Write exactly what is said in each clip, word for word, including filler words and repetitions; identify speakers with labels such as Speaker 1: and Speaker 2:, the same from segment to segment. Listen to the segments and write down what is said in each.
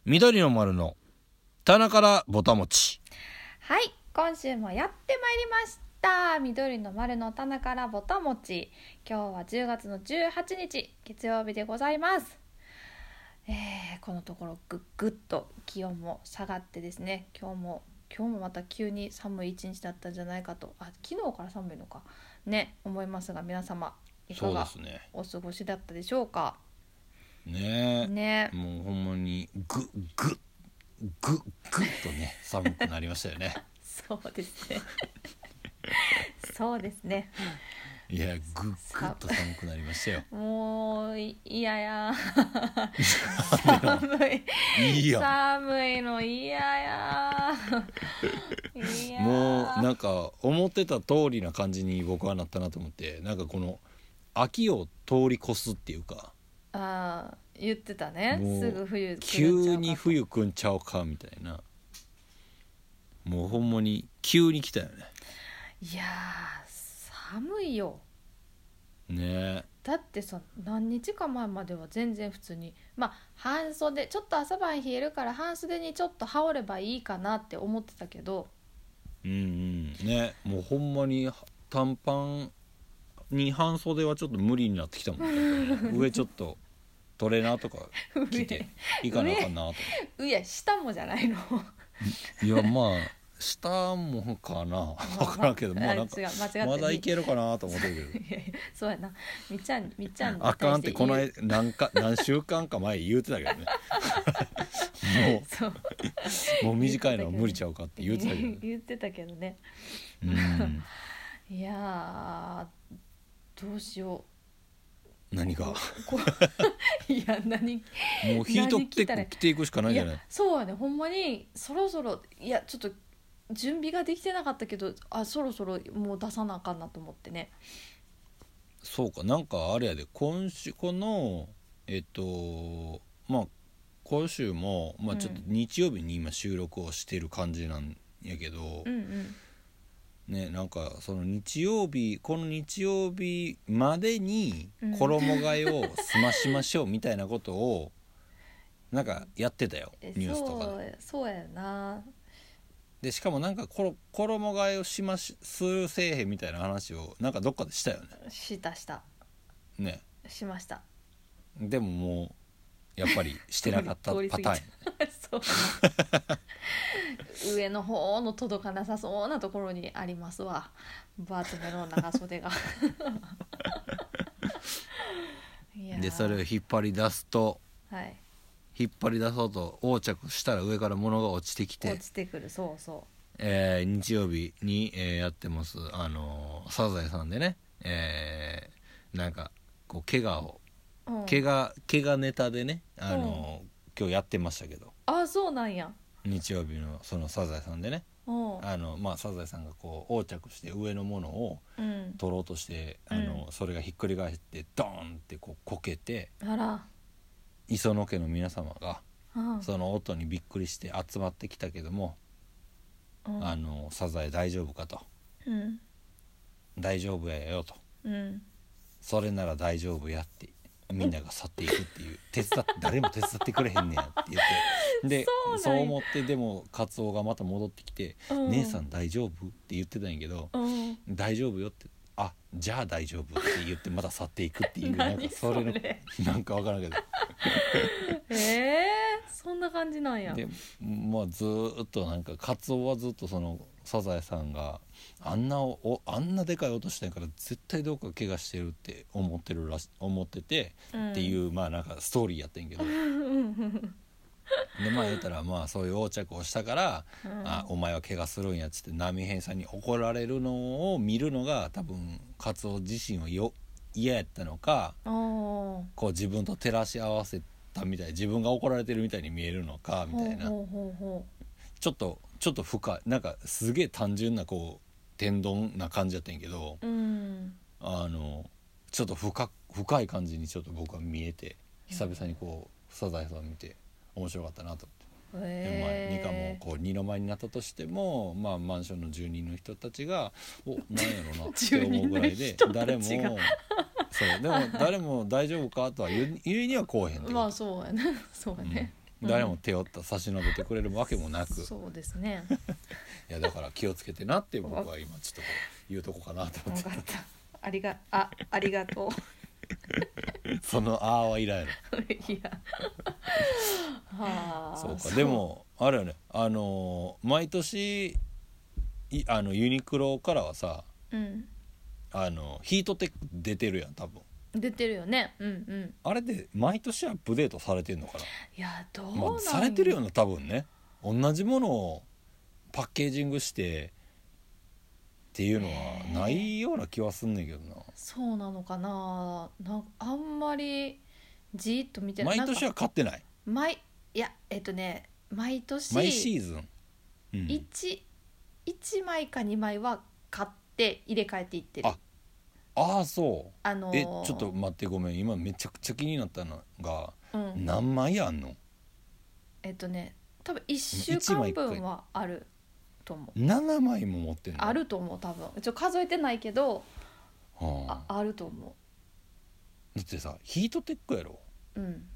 Speaker 1: 緑の丸の棚からぼたもち。
Speaker 2: はい、今週もやってまいりました。緑の丸の棚からぼたもち。今日はじゅうがつのじゅうはちにち月曜日でございます。えー、このところぐっぐっと気温も下がってですね、今日も今日もまた急に寒い一日だったんじゃないかと、あ、昨日から寒いのかね、思いますが、皆様いかがお過ごしだったでしょうか。
Speaker 1: ねえ、
Speaker 2: ね、
Speaker 1: もうほんまにぐっぐっぐっぐっとね寒くなりましたよね
Speaker 2: そうですねそうですね。
Speaker 1: いや、ぐっぐっと寒くなりましたよ。
Speaker 2: もういやや寒い
Speaker 1: いいや
Speaker 2: 寒いの嫌やいや
Speaker 1: もうなんか思ってた通りな感じに僕はなったなと思って、なんかこの秋を通り越すっていうか、
Speaker 2: あ言ってたね。
Speaker 1: もう
Speaker 2: すぐ冬
Speaker 1: 急に冬来んちゃうかみたいな、もうほんまに急に来たよね。
Speaker 2: いや寒いよ
Speaker 1: ね。
Speaker 2: だってさ、何日か前までは全然普通に、まあ半袖、ちょっと朝晩冷えるから半袖にちょっと羽織ればいいかなって思ってたけど、
Speaker 1: うんうんね、もうほんまに短パンに半袖はちょっと無理になってきたもんね上ちょっとトレーナーとか着ていかなあかんなと思って。
Speaker 2: いや下もじゃないの
Speaker 1: いやまあ下もかな分からんけど、まあなんかまだいけるかなと思ってるけど
Speaker 2: いやいやそうやな、みっちゃんみっちゃんに
Speaker 1: あかんってこの
Speaker 2: 対して
Speaker 1: 間何か何週間か前言うてたけどねもう
Speaker 2: そう
Speaker 1: もう短いのは無理ちゃうかって言うてたけどね
Speaker 2: 言ってたけどね
Speaker 1: うん
Speaker 2: いやーどうしよう。
Speaker 1: 何が
Speaker 2: こいや何
Speaker 1: もうヒートテック着ていくしかないんじゃない。
Speaker 2: いやそうやね、ほんまにそろそろ、いやちょっと準備ができてなかったけど、あそろそろもう出さなあかんなと思ってね。
Speaker 1: そうか、なんかあれやで、今週このえっとまあ今週も、まあ、ちょっと日曜日に今収録をしてる感じなんやけど、
Speaker 2: うんうん
Speaker 1: ね、なんかその日曜日この日曜日までに衣替えを済ましましょうみたいなことをなんかやってたよ、ニュースとかで。
Speaker 2: そうやな。
Speaker 1: でしかもなんかこ衣替えをしますするせえへんみたいな話をなんかどっかでしたよね。
Speaker 2: したした
Speaker 1: ね。
Speaker 2: しました。
Speaker 1: でももうやっぱりしてなかったパターン、ね、
Speaker 2: そう上の方の届かなさそうなところにありますわ、バーツメの長袖がいや
Speaker 1: でそれを引っ張り出すと、
Speaker 2: はい、
Speaker 1: 引っ張り出そうと横着したら上から物が落ちてきて
Speaker 2: 落ちてくる。そうそう、
Speaker 1: えー、日曜日に、えー、やってますあのー、サザエさんでね、えー、なんかこう怪我を、うん、怪我怪我ネタでね、あのーうん、今日やってましたけど。
Speaker 2: あ、そうなんや。
Speaker 1: 日曜日のそのサザエさんでね、あのまあサザエさんがこう横着して上のものを取ろうとして、うん、あのそれがひっくり返ってドーンってこうこけて、
Speaker 2: あら、
Speaker 1: 磯野家の皆様がその音にびっくりして集まってきたけども、うん、あのサザエ大丈夫かと、うん、大丈夫やよと、うん、それなら大丈夫やってみんなが去っていくっていう手伝って誰も手伝ってくれへんねやって言ってで そ, そう思って、でもカツオがまた戻ってきて、うん、姉さん大丈夫って言ってたんやけど、うん、大丈夫よって、あじゃあ大丈夫って言ってまた去っていくっていうなんかそれのなんか分からんけど
Speaker 2: えー、そんな感じなんや。
Speaker 1: でまあずっとなんかカツオはずっとそのサザエさんがあんなおあんなでかい音してんから絶対どうか怪我してるって思ってるらし思ってて、うん、っていうまあなんかストーリーやってんけどでまあ言ったらまあそういう横着をしたから、うん、あお前は怪我するんやっつって波平さんに怒られるのを見るのが多分カツオ自身はよ嫌やったのか、こう自分と照らし合わせたみたい、自分が怒られてるみたいに見えるのかみたいな、ほうほうほう、ちょっとちょっと深いなんかすげえ単純なこう天丼な感じだったんやけど、うん、あのちょっと 深, 深い感じにちょっと僕は見えて、久々にこうサザエさん見て面白かったなと思って、えー、でまあニカもこう二の舞になったとしても、まあ、マンションの住人の人たちがおなんやろなって思うぐらいで誰もそうでも誰も大丈夫かとは言うにはこうへんってこと。
Speaker 2: まあそうやねそうやね、
Speaker 1: 誰も手を差し伸べてくれるわけもなく、
Speaker 2: そうですね
Speaker 1: いやだから気をつけてなって僕は今ちょっとこう言うとこかなと思って。
Speaker 2: 分かったありがあありがとう
Speaker 1: そのあーはいらんやろ
Speaker 2: いやはあ
Speaker 1: そうか。でもあれよね、あのー毎年いあのユニクロからはさ、
Speaker 2: うん
Speaker 1: あのヒートテック出てるやん多分。
Speaker 2: 出てるよね。うんうん。
Speaker 1: あれで毎年アップデートされてんのかな。
Speaker 2: いやどうなん、
Speaker 1: まあ、されてるよな多分ね。同じものをパッケージングしてっていうのはないような気はすんねんけどな。
Speaker 2: そうなのかな。なんかあんまりじーっと見てない。
Speaker 1: 毎年は買ってない。
Speaker 2: 毎いやえっとね毎年
Speaker 1: 毎シーズン、うん、
Speaker 2: 一一枚か二枚は買って入れ替えていってる。
Speaker 1: あああそう、
Speaker 2: あのー、
Speaker 1: えちょっと待ってごめん、今めちゃくちゃ気になったのが、
Speaker 2: うん、
Speaker 1: 何枚あんの。
Speaker 2: えっとね多分いっしゅうかんぶんはあると思う。
Speaker 1: ななまいも持ってんの。
Speaker 2: あると思う多分。ちょっと数えてないけど、
Speaker 1: は
Speaker 2: あ、あると思
Speaker 1: だってさヒートテックやろ、
Speaker 2: う。うん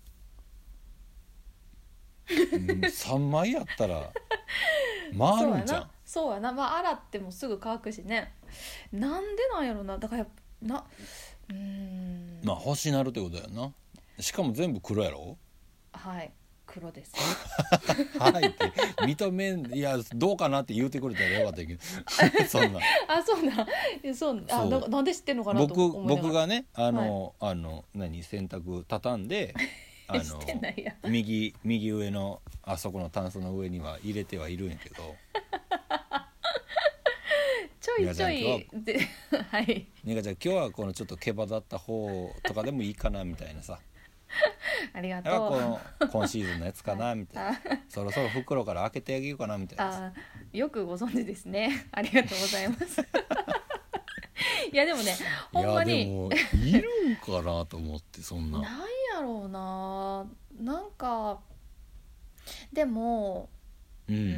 Speaker 1: うん、さんまいやったら回るんじゃん。
Speaker 2: そうやな、そうやな。まあ洗ってもすぐ乾くしね。なんでなんやろな。だからなうーん
Speaker 1: まあ星なるってことやな。しかも全部黒やろ。
Speaker 2: はい黒です
Speaker 1: はいって認めん、いやどうかなって言うてくれたらよかったけどそんな
Speaker 2: あそうなんいやそうあ
Speaker 1: そう
Speaker 2: ななんで知ってんのかなと
Speaker 1: 僕
Speaker 2: 思いながら
Speaker 1: 僕がねあの、はい、あの何洗濯畳んであの
Speaker 2: してないや
Speaker 1: 右右上のあそこのタンスの上には入れてはいるんやけど
Speaker 2: ちょいちょいではい
Speaker 1: ニカちゃん今日はこのちょっと毛羽立った方とかでもいいかなみたいなさ
Speaker 2: ありがとう。
Speaker 1: この今シーズンのやつかなみたいなそろそろ袋から開けてあげようかなみたいな。
Speaker 2: あよくご存知ですね。ありがとうございますいやでもねほんまに
Speaker 1: いやでもいるんかなと思ってそんな
Speaker 2: なんやろうな。なんかでも
Speaker 1: うん、
Speaker 2: うー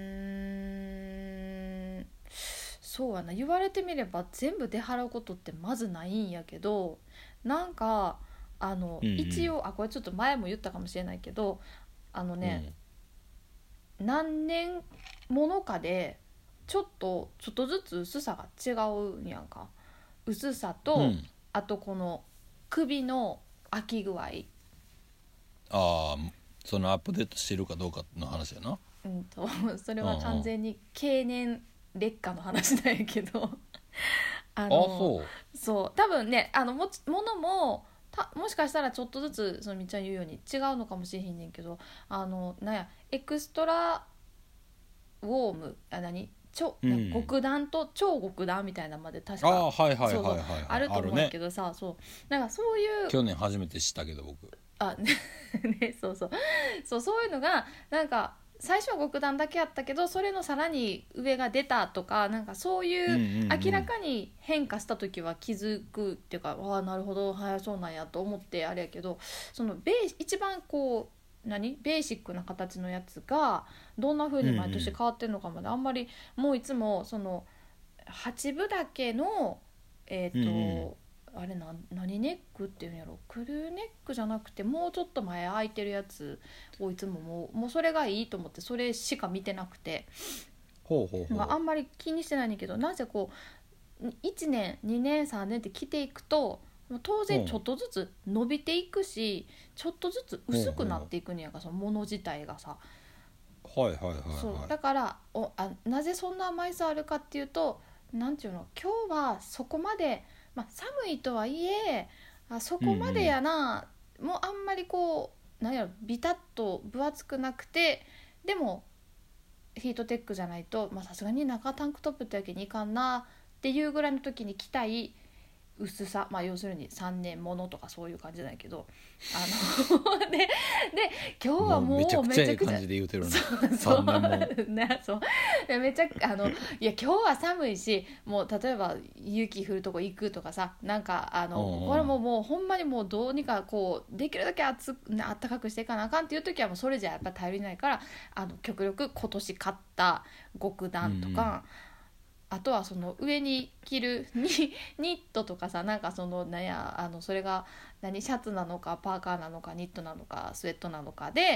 Speaker 2: んそうやな。言われてみれば全部出払うことってまずないんやけど、なんかあの、
Speaker 1: うんうん、
Speaker 2: 一応あこれちょっと前も言ったかもしれないけどあのね、うん、何年ものかでちょっとちょっとずつ薄さが違うんやんか。薄さと、うん、あとこの首の開き具合、
Speaker 1: ああそのアップデートしてるかどうかの話やな。
Speaker 2: うんとそれは完全に経年劣化の話なんやけどあの
Speaker 1: あそう
Speaker 2: そう多分ねあのもものもたもしかしたらちょっとずつそのみっちゃん言うように違うのかもしれへんねんけどあのなんやエクストラウォームあ何超、うん、極暖と超極暖みたいなまで確か
Speaker 1: あはいはいはいはい、はい、
Speaker 2: あると思うんやけどさ、ね、そうなんかそういう
Speaker 1: 去年初めて知ったけど僕
Speaker 2: あねそうそうそうそういうのがなんか最初は極暖だけやったけどそれのさらに上が出たとかなんかそういう明らかに変化した時は気づくっていうか、うんうんうん、あなるほどはいそうなんやと思ってあれやけどそのベー一番こう何ベーシックな形のやつがどんな風に毎年変わってるのかまであんまりもういつもその八分丈のえっと、うんうんあれな何ネックっていうんやろクルーネックじゃなくてもうちょっと前空いてるやつをいつももう、もうそれがいいと思ってそれしか見てなくて
Speaker 1: ほうほうほう、
Speaker 2: まあ、あんまり気にしてないんだけどなぜこういちねんにねんさんねんって着ていくと当然ちょっとずつ伸びていくしちょっとずつ薄くなっていくんやがそのもの自体がさ
Speaker 1: はいはいはい、はい、
Speaker 2: そうだからおあなぜそんな枚数あるかっていうとなんていうの今日はそこまでまあ、寒いとはいえあそこまでやな、うんうん、もうあんまりこうなんやろビタッと分厚くなくてでもヒートテックじゃないとさすがに中タンクトップってわけにいかんなっていうぐらいの時に着たい薄さ、まあ、要するにさんねんものとかそういう感じなんやけどあので, で今日はもうめちゃくちゃいい感じで言うてるねさんねんもねそうめちゃあのいや今日は寒いしもう例えば雪降るとこ行くとかさなんかあの、うんうん、これももうほんまにもうどうにかこうできるだけ暑あったかくしていかなあかんっていう時はもうそれじゃやっぱ頼りないからあの極力今年買った極暖とか、うんうんあとはその上に着るニットとかさなんかそのなんやあのそれが何シャツなのかパーカーなのかニットなのかスウェットなのかで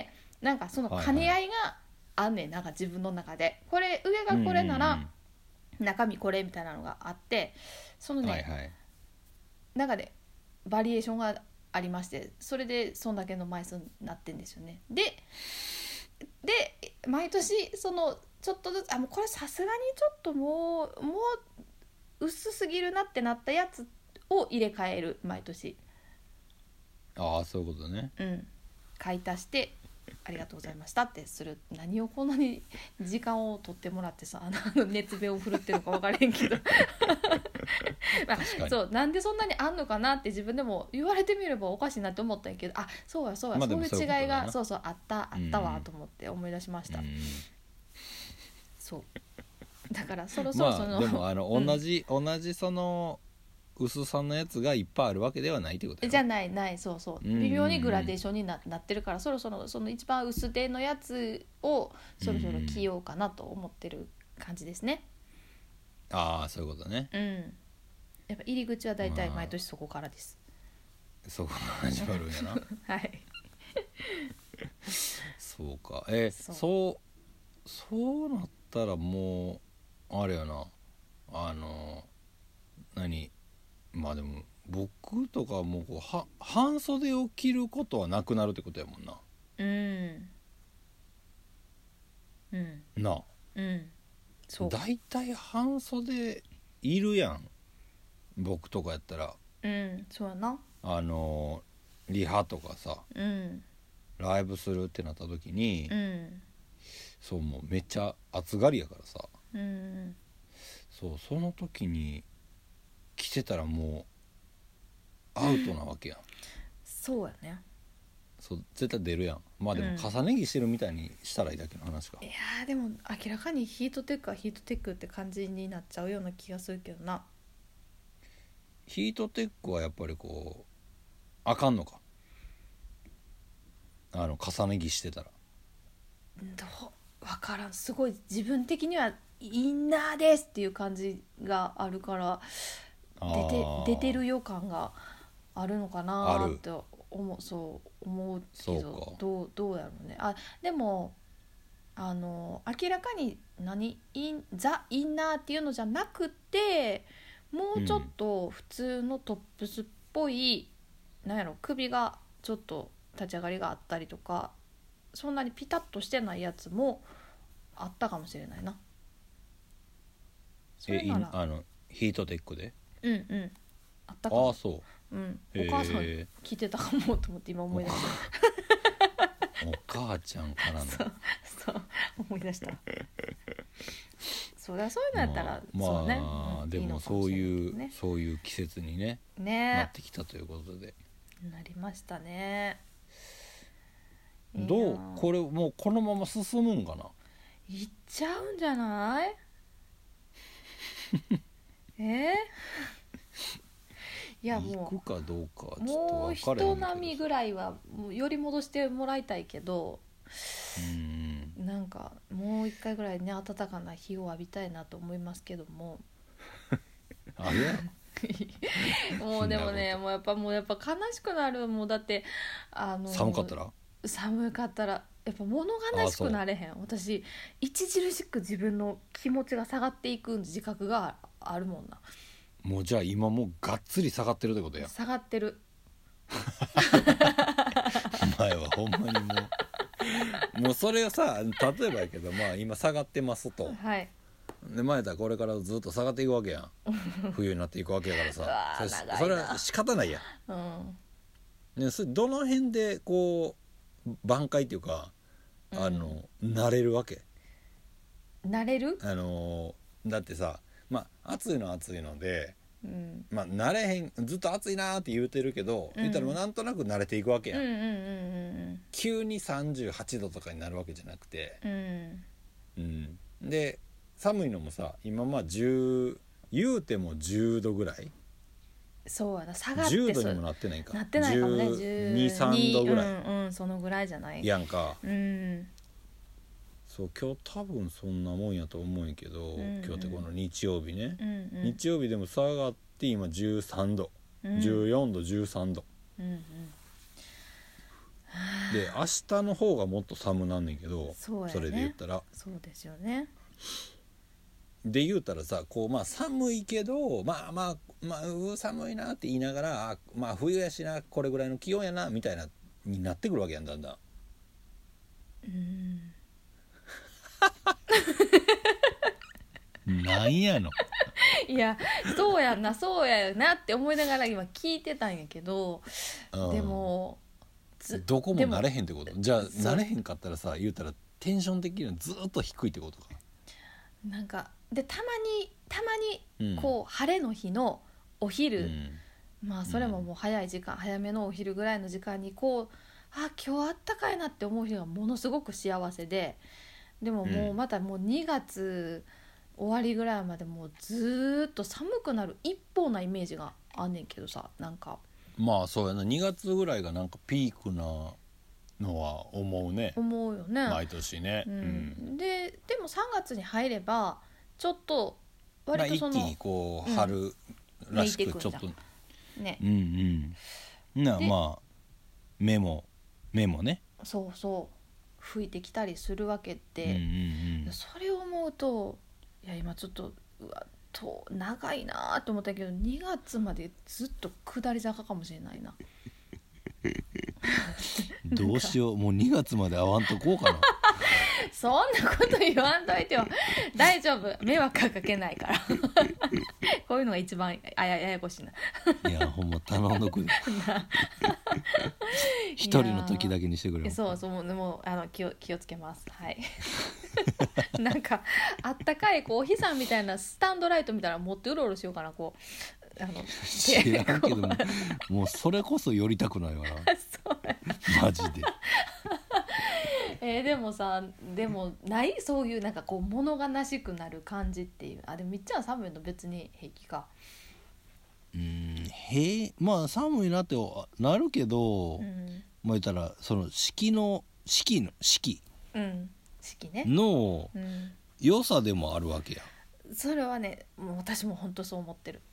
Speaker 2: なんかその兼ね合いがあんねん、なんか自分の中でこれ上がこれなら中身これみたいなのがあって、そのね、
Speaker 1: はいはい、
Speaker 2: 中でバリエーションがありまして、それでそんだけの枚数になってんですよね。でで毎年そのちょっとずつ、あもうこれさすがにちょっともうもう薄すぎるなってなったやつを入れ替える、毎年。
Speaker 1: ああそういうことね。
Speaker 2: うん買い足してありがとうございましたってする。何をこんなに時間を取ってもらってさ、あの熱弁を振るってるのか分からへんけどまあ、そうなんでそんなにあんのかなって自分でも言われてみればおかしいなって思ったんやけど、あそうやそうや、
Speaker 1: まあ
Speaker 2: そういう違いが
Speaker 1: そ
Speaker 2: そううそうあったあったわと思って思い出しました、
Speaker 1: うん、
Speaker 2: そうだからそろそろその、
Speaker 1: まあでもあの
Speaker 2: うん
Speaker 1: 同じ、同じその薄さのやつがいっぱいあるわけではないってことやろ。
Speaker 2: じゃないないそうそう
Speaker 1: うんうんうん
Speaker 2: 微妙にグラデーションに な, なってるから、そろそろその一番薄手のやつをそろそろ着ようかなと思ってる感じですね。
Speaker 1: ああそういうことね。
Speaker 2: うんやっぱ入り口はだいたい毎年そこからです。
Speaker 1: そこが始まるんやな
Speaker 2: はい
Speaker 1: そうか、え
Speaker 2: そう
Speaker 1: そうそうなったらもうあれやな、あの何まあでも僕とかもうこうは半袖を着ることはなくなるってことやもんな。
Speaker 2: うんうん
Speaker 1: なあ
Speaker 2: うんそう
Speaker 1: だいたい半袖いるやん僕とかやったら。
Speaker 2: うんそうやな。
Speaker 1: あのリハとかさ
Speaker 2: うん
Speaker 1: ライブするってなった時に、
Speaker 2: うん
Speaker 1: そうもうめっちゃ暑がりやからさ、
Speaker 2: うん
Speaker 1: そうその時に着てたらもうアウトなわけやん
Speaker 2: そうやね。
Speaker 1: そう絶対出るやん。まあでも
Speaker 2: うん
Speaker 1: 重ね着してるみたいにしたらいいだけの話か。
Speaker 2: いやーでも明らかにヒートテックはヒートテックって感じになっちゃうような気がするけどな。
Speaker 1: ヒートテックはやっぱりこうあかんのか、あの重ね着してたら。
Speaker 2: どう分からん、すごい自分的にはインナーですっていう感じがあるから出て
Speaker 1: あー
Speaker 2: 出てる予感があるのかな
Speaker 1: ある
Speaker 2: って思う、そう思うけ
Speaker 1: そう
Speaker 2: ど
Speaker 1: か
Speaker 2: どうどうやろうね。あでもあの明らかに何インザ・インナーっていうのじゃなくて、もうちょっと普通のトップスっぽい、なんやろ首がちょっと立ち上がりがあったりとか、そんなにピタッとしてないやつもあったかもしれないな。そ
Speaker 1: え
Speaker 2: れなら
Speaker 1: あのヒートテックで
Speaker 2: うんうんあったか
Speaker 1: ああ
Speaker 2: も。
Speaker 1: そう
Speaker 2: うん、
Speaker 1: へー
Speaker 2: お母さん聞いてたかもと思って今思い出し
Speaker 1: お母ちゃんからの
Speaker 2: たそう思い出したそうだ、そういうのやったら、
Speaker 1: まあ、
Speaker 2: そうね、
Speaker 1: まあ
Speaker 2: うん
Speaker 1: でもそう
Speaker 2: いいのかもしれない
Speaker 1: いう
Speaker 2: けどね
Speaker 1: そういう季節にねな
Speaker 2: ね
Speaker 1: ってきたということで、
Speaker 2: なりましたね。
Speaker 1: どう
Speaker 2: いや
Speaker 1: これもうこのまま進むんかな。
Speaker 2: いっちゃうんじゃないえいやも
Speaker 1: 行くかどうかは
Speaker 2: う
Speaker 1: ちょっと
Speaker 2: もう
Speaker 1: 分からへん
Speaker 2: 人並み
Speaker 1: けど
Speaker 2: ぐらいはもう寄り戻してもらいたいけど、
Speaker 1: うん
Speaker 2: なんかもう一回ぐらいね暖かな日を浴びたいなと思いますけども
Speaker 1: あれや
Speaker 2: もうでも
Speaker 1: そんなこと
Speaker 2: ねもうやっぱもうやっぱ悲しくなる。もうだってあの
Speaker 1: 寒かったら
Speaker 2: 寒かったらやっぱ物悲しくなれへん。私著しく自分の気持ちが下がっていく自覚があるもんな。
Speaker 1: もうじゃあ今もうがっつり下がってるってことや。
Speaker 2: 下がってる。
Speaker 1: お前はほんまにもうもうそれをさ例えばやけどまあ今下がってますと
Speaker 2: はい
Speaker 1: で前だこれからずっと下がっていくわけやん冬になっていくわけやから
Speaker 2: うわー
Speaker 1: さそれ
Speaker 2: 長いな
Speaker 1: それは仕方ないやん、
Speaker 2: うん
Speaker 1: ね、それどの辺でこう挽回っていうかあの、うん、慣れるわけ。
Speaker 2: 慣れる、
Speaker 1: あのだってさまあ暑いのは暑いので
Speaker 2: うん
Speaker 1: まあ慣れへんずっと暑いなーって言うてるけど、うん、言ったらなんとなく慣れていくわけやん、
Speaker 2: うんうんうんうん
Speaker 1: 急にさんじゅうはちどとかになるわけじゃなくて、
Speaker 2: うん
Speaker 1: うん、で寒いのもさ今まあじゅう言うてもじゅうどぐらい
Speaker 2: そうやな下がって
Speaker 1: じゅうどにもなってないか
Speaker 2: なってないかもね
Speaker 1: じゅうに、さんどぐらい、
Speaker 2: うんうんそのぐらいじゃない
Speaker 1: やんか、
Speaker 2: うん
Speaker 1: そう今日多分そんなもんやと思うんやけど、
Speaker 2: うんうん、
Speaker 1: 今日ってこの日曜日ね、
Speaker 2: うんうん、
Speaker 1: 日曜日でも下がって今じゅうさんど、
Speaker 2: うん、
Speaker 1: じゅうよんどじゅうさんど、
Speaker 2: うんうん、
Speaker 1: で明日の方がもっと寒なんねんけど、
Speaker 2: そうやね、
Speaker 1: それで言ったら
Speaker 2: そうですよね。
Speaker 1: で言うたらさこうまあ寒いけどまあまあまあう寒いなって言いながらあまあ冬やしなこれぐらいの気温やなみたいなになってくるわけやんだんだん。
Speaker 2: うん
Speaker 1: なんやの
Speaker 2: いやそうやんなそうやなって思いながら今聞いてたんやけど、
Speaker 1: うん
Speaker 2: でも
Speaker 1: どこも慣れへんってことじゃあ
Speaker 2: そう
Speaker 1: 慣れへんかったらさ言うたらテンション的にはずっと低いってことか。
Speaker 2: なんかでたまにたま
Speaker 1: うん
Speaker 2: にこう、晴れの日のお昼、
Speaker 1: うん
Speaker 2: まあそれももう早い時間、早めのお昼ぐらいの時間にこうあ今日あったかいなって思う日がものすごく幸せで、でももうまたもうにがつ終わりぐらいまでもうずーっと寒くなる一方なイメージがあんねんけどさ、なんか
Speaker 1: まあそうやなにがつぐらいがなんかピークなのは思うね
Speaker 2: 思うよね。
Speaker 1: 毎年ね、
Speaker 2: う
Speaker 1: うん
Speaker 2: ん、ででもさんがつに入ればちょっと
Speaker 1: まあ、
Speaker 2: 割とその、
Speaker 1: 一気にこう
Speaker 2: うん
Speaker 1: 春らし
Speaker 2: めいてくんじゃん
Speaker 1: くちょっと
Speaker 2: ね、
Speaker 1: うんうんな
Speaker 2: で
Speaker 1: まあ目も目もね
Speaker 2: そうそう吹いてきたりするわけで、
Speaker 1: うんうん
Speaker 2: それを思うといや今ちょっとうわと長いなと思ったけどにがつまでずっと下り坂かもしれないな。
Speaker 1: うんどうしようもうにがつまで会わんとこうかな
Speaker 2: そんなこと言わんといてよ大丈夫迷惑はかけないからこういうのが一番あやややこしいな。
Speaker 1: いやほんま頼んどくで一人の時だけにしてくれよ。
Speaker 2: そうそうもうもうあの気を気をつけますはいなんかあったかいこうお日さんみたいなスタンドライトみたいなの持ってうろうろしようかなこうあの
Speaker 1: 知らんけどももうそれこそ寄りたくないわな
Speaker 2: そう
Speaker 1: マジで。
Speaker 2: えー、でもさでもないそういうなんかこう物悲しくなる感じっていうあでもみっちゃん寒いの別に平気か。
Speaker 1: うんへえまあ寒いなってなるけど、
Speaker 2: うん
Speaker 1: まあ言ったらその四季の四季の四季
Speaker 2: うん四季ね、
Speaker 1: の
Speaker 2: うん、
Speaker 1: 良さでもあるわけや。
Speaker 2: それはねもう私も本当そう思ってる。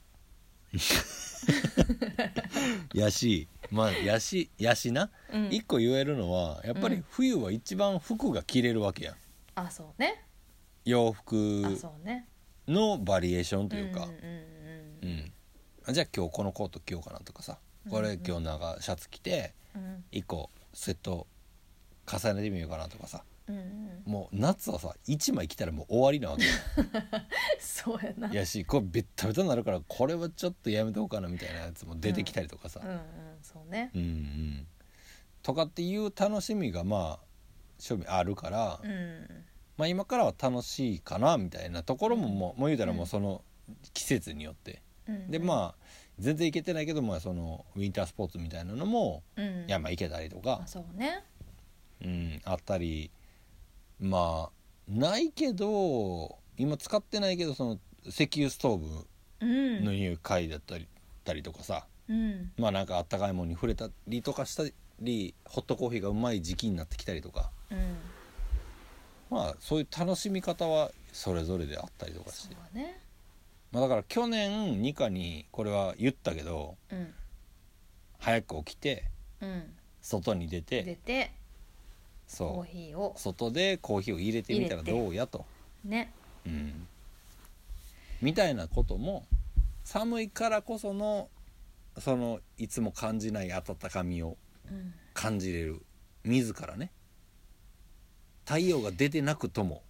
Speaker 1: やしまあやしやしな、
Speaker 2: うん、
Speaker 1: 一個言えるのはやっぱり冬は一番服が着れるわけやん。
Speaker 2: あそうね
Speaker 1: 洋服
Speaker 2: あそうね
Speaker 1: のバリエーションというか、
Speaker 2: うんうん
Speaker 1: うんあじゃあ今日このコート着ようかなとかさこれ今日なんかシャツ着て
Speaker 2: うんうん
Speaker 1: 一個セット重ねてみようかなとかさ
Speaker 2: うんうん
Speaker 1: もう夏はさいちまい着たらもう終わりなわけよ
Speaker 2: そうやな
Speaker 1: やしこれベッタベタになるからこれはちょっとやめとこうかなみたいなやつも出てきたりとかさ、
Speaker 2: うんうんそうね
Speaker 1: うんうんとかっていう楽しみがまあ正味あるから、
Speaker 2: うん
Speaker 1: まあ、今からは楽しいかなみたいなところももう、もう言うたらもうその季節によって、
Speaker 2: うん
Speaker 1: でまあ全然行けてないけど、まあ、そのウィンタースポーツみたいなのも
Speaker 2: うん
Speaker 1: 山行けたりとか
Speaker 2: あ、そうね
Speaker 1: うん、あったりまあないけど今使ってないけどその石油ストーブ
Speaker 2: うん
Speaker 1: の匂い嗅いだったりたりとかさ、
Speaker 2: うん
Speaker 1: まあなんかあったかいものに触れたりとかしたりホットコーヒーがうまい時期になってきたりとか
Speaker 2: うん
Speaker 1: まあそういう楽しみ方はそれぞれであったりとかし
Speaker 2: そ
Speaker 1: て、
Speaker 2: うね
Speaker 1: まあ、だから去年ニカにこれは言ったけど
Speaker 2: うん
Speaker 1: 早く起きて
Speaker 2: うん
Speaker 1: 外に出て
Speaker 2: 出てコー
Speaker 1: そ
Speaker 2: ヒーを
Speaker 1: う外でコーヒーを入れてみたら
Speaker 2: 入れて
Speaker 1: どうやと、
Speaker 2: ね
Speaker 1: うん、みたいなことも寒いからこそのそのいつも感じない温かみを
Speaker 2: うん
Speaker 1: 感じれる自らね太陽が出てなくとも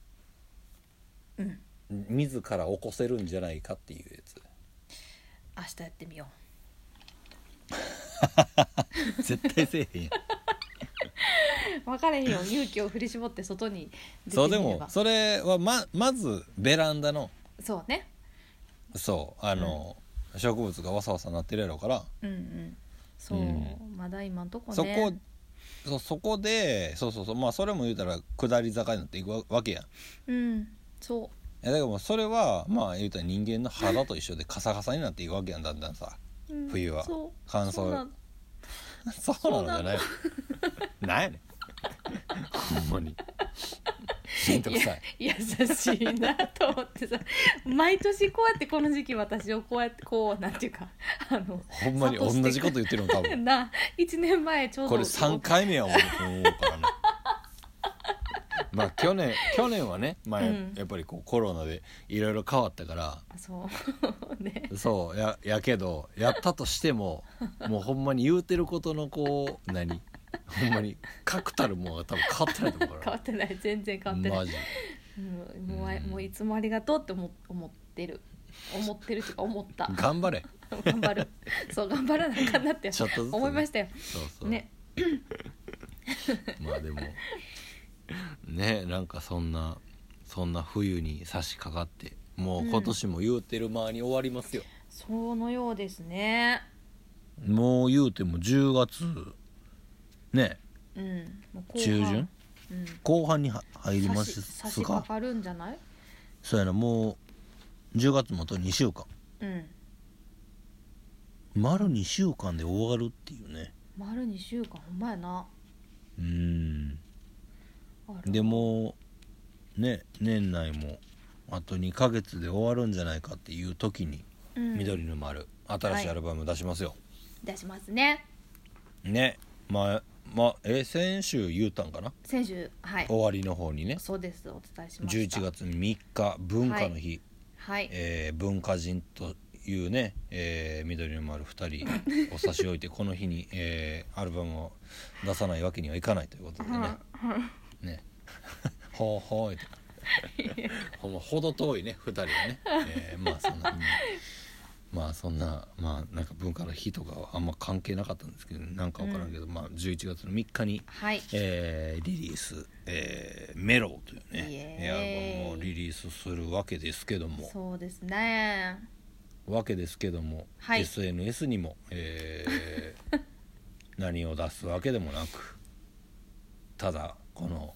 Speaker 2: うん
Speaker 1: 自ら起こせるんじゃないかっていうやつ
Speaker 2: 明日やってみよ
Speaker 1: 絶対せえへんやん
Speaker 2: う分からへんよ勇気を振り絞って外に出
Speaker 1: そうで
Speaker 2: てみれば
Speaker 1: もそれはままずベランダの
Speaker 2: そうね
Speaker 1: そうあの、植物がわさわさなってるやろうから、
Speaker 2: うんうんそう、
Speaker 1: うん
Speaker 2: まだ今んとこね
Speaker 1: そこそそこでそうそうそうまあそれも言うたら下り坂になっていくわけやん。
Speaker 2: うんそう
Speaker 1: いやだからもうそれはまあ言うたら人間の肌と一緒でカサカサになっていくわけやんだんだんさ
Speaker 2: うん
Speaker 1: 冬は
Speaker 2: そう
Speaker 1: 乾燥
Speaker 2: そうな
Speaker 1: そうなのじゃないなんやねんほんまにめんどくさい
Speaker 2: いや優しいなと思ってさ毎年こうやってこの時期私をこうやってこうなんていうかあの
Speaker 1: ほんまに同じこと言ってるの多分
Speaker 2: ないちねんまえちょうど
Speaker 1: これさんかいめやもんね思うからねまあ去年去年はね、まあ
Speaker 2: うん
Speaker 1: やっぱりこうコロナでいろいろ変わったから
Speaker 2: あそうね
Speaker 1: そうややけどやったとしてももうほんまに言うてることのこう何ほんまに確たるものが多分変わってないと思うから
Speaker 2: 変わってない全然変わってない
Speaker 1: マジ
Speaker 2: うんもうあ
Speaker 1: うん
Speaker 2: もういつもありがとうって思思ってる思ってるっていうか思った
Speaker 1: 頑張れ
Speaker 2: 頑張るそう頑張らなあかんなって
Speaker 1: ちょっとずつね
Speaker 2: 思いましたよ
Speaker 1: そうそう
Speaker 2: ね
Speaker 1: まあでもねなんかそんなそんな冬に差し掛かってもう今年も言うてる間に終わりますよ、
Speaker 2: そのようですね
Speaker 1: もう言うてもじゅうがつね
Speaker 2: うんもう後半
Speaker 1: 中旬
Speaker 2: うん
Speaker 1: 後半には入りま
Speaker 2: 差し差
Speaker 1: すか
Speaker 2: し掛かるんじゃない
Speaker 1: そうやなもうじゅうがつもあとにしゅうかん
Speaker 2: うん
Speaker 1: 丸にしゅうかんで終わるっていうね
Speaker 2: 丸にしゅうかんほんまやな
Speaker 1: うーん
Speaker 2: あら
Speaker 1: でもね年内もあとにかげつで終わるんじゃないかっていう時に、
Speaker 2: うん
Speaker 1: 緑の丸新しいアルバム出しますよ、
Speaker 2: 出しますね
Speaker 1: ねまあまあえ先週言うたんかな
Speaker 2: 先週はい
Speaker 1: 終わりの方にね
Speaker 2: そうですお伝えしました
Speaker 1: じゅういちがつみっか文化の日、
Speaker 2: はい
Speaker 1: えー文化人というね、えー緑の丸ふたりを差し置いてこの日に、えーアルバムを出さないわけにはいかないということでねねほうほうってほんまほど遠いねふたりがね、えーまあそんな、うんまあそんなまあなんか文化の日とかはあんま関係なかったんですけどなんか分からんけど、まあじゅういちがつのみっかに、
Speaker 2: はい
Speaker 1: えーリリース、えーメロウというね
Speaker 2: イエーイ
Speaker 1: えーアルバムをリリースするわけですけども
Speaker 2: そうですね
Speaker 1: わけですけども、
Speaker 2: はい
Speaker 1: エスエヌエス にも、えー何を出すわけでもなくただこの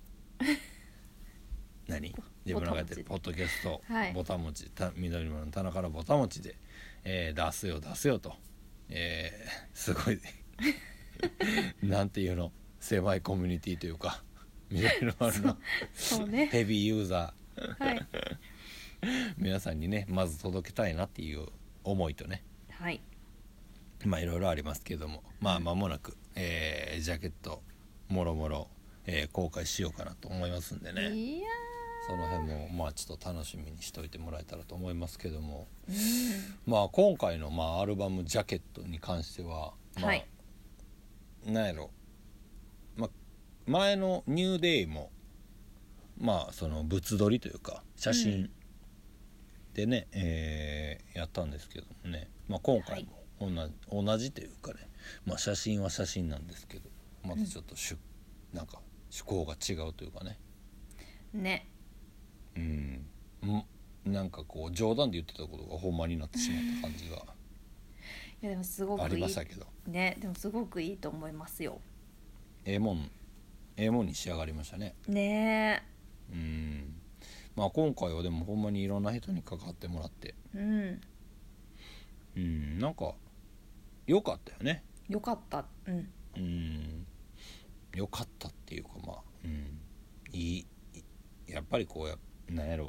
Speaker 1: 何自分らがやってるポッドキャスト、
Speaker 2: はい
Speaker 1: ぼたもちた緑村の棚からぼたもちで、えー出すよ出すよと、えーすごいなんていうの狭いコミュニティというか緑の丸の
Speaker 2: そうね
Speaker 1: ヘビーユーザー
Speaker 2: はい
Speaker 1: 皆さんにねまず届けたいなっていう思いとね
Speaker 2: はい
Speaker 1: まあいろいろありますけどもまあ間もなく、えージャケットもろもろ、えー公開しようかなと思いますんでね
Speaker 2: いや
Speaker 1: その辺もまあちょっと楽しみにしといてもらえたらと思いますけども
Speaker 2: ー
Speaker 1: まあ今回のまあアルバムジャケットに関してはまあ、
Speaker 2: はい
Speaker 1: なんやろ、まあ、前のニューデイもまあその物撮りというか写真でね、えーやったんですけどもね、まあ、今回も同じ、同じというかね、まあ、写真は写真なんですけどまたちょっとしゅ、なんか趣向が違うというかね
Speaker 2: うんね
Speaker 1: うんんなんかこう冗談で言ってたことがほんまになってしまった感じが
Speaker 2: いやでもすご
Speaker 1: あ
Speaker 2: くいい
Speaker 1: りましたけど
Speaker 2: ねでもすごくいいと思いますよ
Speaker 1: ええもんええもんに仕上がりましたね
Speaker 2: ね
Speaker 1: うんまあ今回はでもほんまにいろんな人に関わってもらって
Speaker 2: えうん
Speaker 1: うんなんか良かったよね
Speaker 2: よかったうん
Speaker 1: うん良かったっていうかまあうんいいやっぱりこうやなんやろ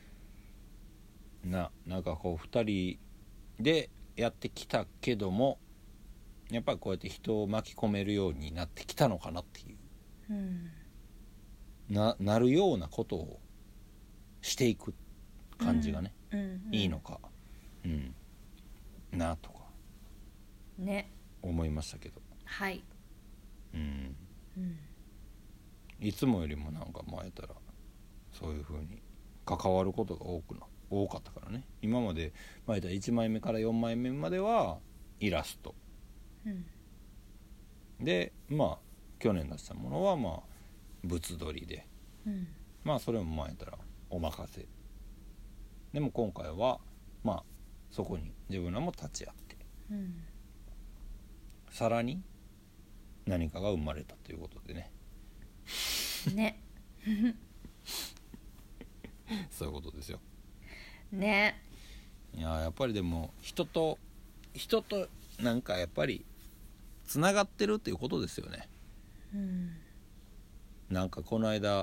Speaker 1: ななんかこうふたりでやってきたけどもやっぱりこうやって人を巻き込めるようになってきたのかなっていう
Speaker 2: うん
Speaker 1: ななるようなことをしていく感じがね、
Speaker 2: うんうん
Speaker 1: いいのかうんなとか
Speaker 2: ね
Speaker 1: 思いましたけど
Speaker 2: はい
Speaker 1: うん
Speaker 2: うん
Speaker 1: いつもよりもなんか前やったらそういう風に関わることが多くな多かったからね今まで前やったらいちまいめからよんまいめまではイラスト
Speaker 2: うん
Speaker 1: でまあ去年出したものはまあ物撮りで
Speaker 2: うん
Speaker 1: まあそれも前やったらお任せでも今回はまあそこに自分らも立ち会って
Speaker 2: うん
Speaker 1: さらに何かが生まれたということでね
Speaker 2: ね
Speaker 1: そういうことですよ
Speaker 2: ね
Speaker 1: いややっぱりでも人と人となんかやっぱりつながってるっていうことですよね
Speaker 2: うん
Speaker 1: なんかこの間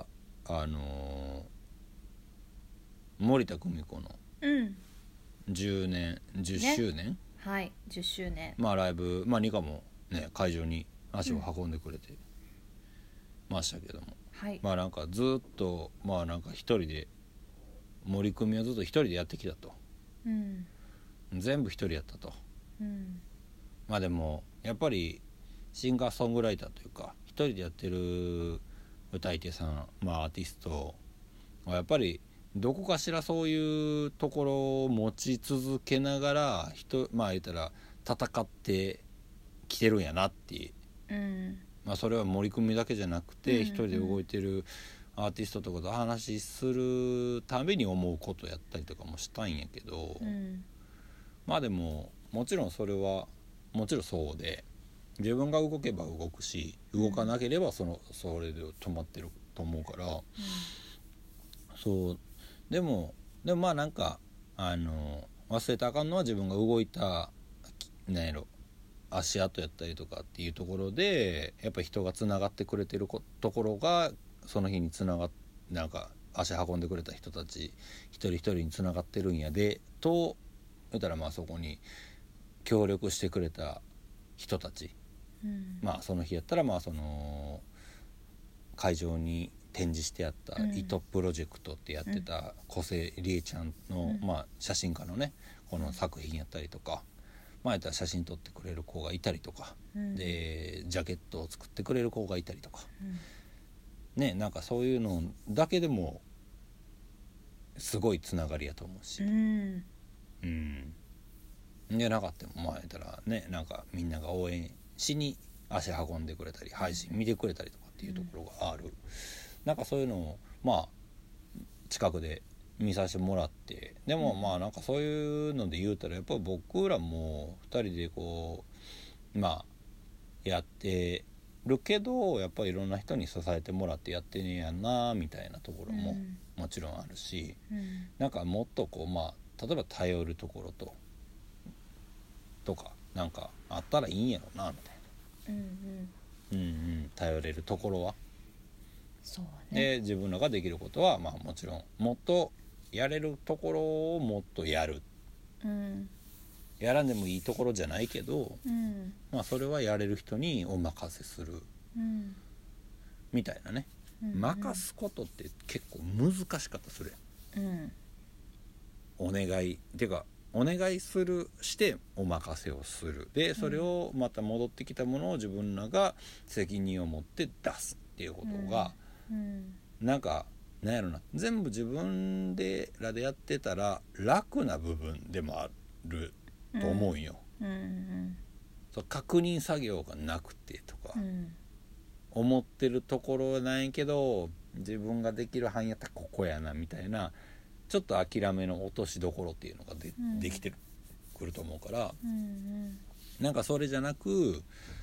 Speaker 1: あのー、森田久美子の
Speaker 2: うん
Speaker 1: じゅうねんじゅっしゅうねん、
Speaker 2: はいじゅっしゅうねん
Speaker 1: まあライブ、まあニカもね会場に足を運んでくれてましたけども、
Speaker 2: はい
Speaker 1: まあなんかずっとまあなんか一人で森久美はずっと一人でやってきたと、
Speaker 2: うん
Speaker 1: 全部一人やったと。
Speaker 2: うん
Speaker 1: まあでもやっぱりシンガーソングライターというか一人でやってる歌い手さん、まあアーティストはやっぱりどこかしらそういうところを持ち続けながら人まあ言ったら戦ってきてるんやなっていう、
Speaker 2: うん
Speaker 1: まあそれは森久美だけじゃなくて、
Speaker 2: うん
Speaker 1: 一人で動いてるアーティストとかと話しするたびに思うことやったりとかもしたんやけど、
Speaker 2: うん
Speaker 1: まあでももちろんそれはもちろんそうで自分が動けば動くし動かなければそのそれで止まってると思うから、そうでもでもまあなんかあの忘れたらあかんのは自分が動いたなんやろ足跡やったりとかっていうところでやっぱ人がつながってくれてるところがその日につながっなんか足運んでくれた人たち一人一人につながってるんやでと言ったらまあそこに協力してくれた人たち、
Speaker 2: うん
Speaker 1: まあその日やったらまあその会場に展示してあった
Speaker 2: うん
Speaker 1: 糸プロジェクトってやってた小瀬理恵ちゃんの、
Speaker 2: うん
Speaker 1: まあ、写真家のねこの作品やったりとか、まあやったら写真撮ってくれる子がいたりとか、
Speaker 2: うん
Speaker 1: でジャケットを作ってくれる子がいたりとか、
Speaker 2: うん
Speaker 1: ね、なんかそういうのだけでもすごいつながりやと思うし、
Speaker 2: うん
Speaker 1: うんでなかったもまあ言ったらねなんかみんなが応援しに足運んでくれたり配信見てくれたりとかっていうところがある、なんかそういうのをまあ近くで見させてもらって、でもまあなんかそういうので言うたらやっぱり僕らもふたりでこうまあやってるけどやっぱりいろんな人に支えてもらってやってねえやんなみたいなところももちろんあるし、
Speaker 2: うん
Speaker 1: なんかもっとこうまあ例えば頼るところととかなんかあったらいいんやろなみたい
Speaker 2: うんうん
Speaker 1: な、うんうん、頼れるところは、
Speaker 2: そうね
Speaker 1: で自分らができることはまあもちろんもっとやれるところをもっとやる、
Speaker 2: うん
Speaker 1: やらんでもいいところじゃないけど、
Speaker 2: うん
Speaker 1: まあそれはやれる人にお任せする
Speaker 2: うん
Speaker 1: みたいなね、
Speaker 2: うん
Speaker 1: 任すことって結構難しかったするやん、
Speaker 2: うん
Speaker 1: お願いてかお願いするしてお任せをするでそれをまた戻ってきたものを自分らが責任を持って出すっていうことが、
Speaker 2: うん
Speaker 1: なんかなんやろな全部自分でらでやってたら楽な部分でもあると思うんよ、
Speaker 2: うんうん
Speaker 1: そう確認作業がなくてとか、
Speaker 2: うん
Speaker 1: 思ってるところなんやけど自分ができる範囲やったらここやなみたいなちょっと諦めの落としどころっていうのが で,、
Speaker 2: うん、
Speaker 1: できてるくると思うから
Speaker 2: うん
Speaker 1: なんかそれじゃなく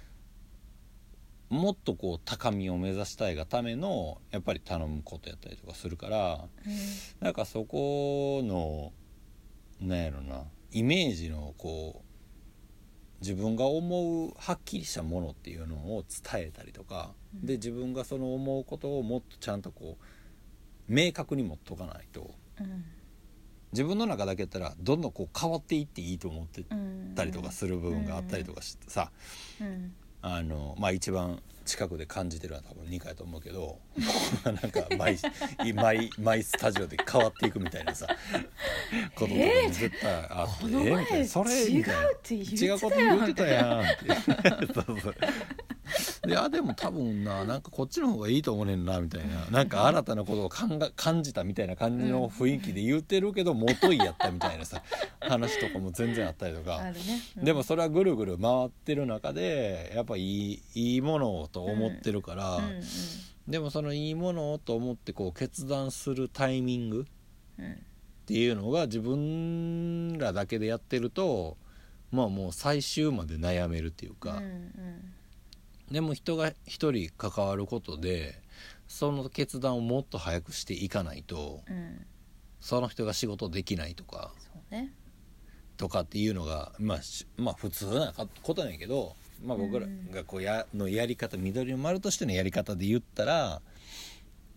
Speaker 1: もっとこう高みを目指したいがためのやっぱり頼むことやったりとかするからなんかそこのなんやろなイメージのこう自分が思うはっきりしたものっていうのを伝えたりとか、うん、で自分がその思うことをもっとちゃんとこう明確に持っとかないと、
Speaker 2: うん、
Speaker 1: 自分の中だけやったらどんどんこう変わっていっていいと思ってたりとかする部分があったりとかしてさ、うん、あのまあ一番近くで感じてるのは多分にかいやと思うけどなんか毎毎毎スタジオで変わっていくみたいなさこととかも絶対あって、えー、えー、みたいなそれみたいな違うこと言ってたやんってそうそうであでも多分ななんかこっちの方がいいと思うねんなみたいななんか新たなことをかんが感じたみたいな感じの雰囲気で言ってるけど元いやったみたいなさ話とかも全然あったりとか
Speaker 2: あるね、うん、
Speaker 1: でもそれはぐるぐる回ってる中でやっぱいい、いいものをと思ってるから、うんうんうん、でもそのいいものをと思ってこう決断するタイミングっていうのが自分らだけでやってるとまあもう最終まで悩めるっていうか、うんうんでも人が一人関わることでその決断をもっと早くしていかないと、うん、その人が仕事できないとか、
Speaker 2: そうね、
Speaker 1: とかっていうのが、まあ、まあ普通なことなんやけど、まあ、僕らがこうやのやり方緑の丸としてのやり方で言ったら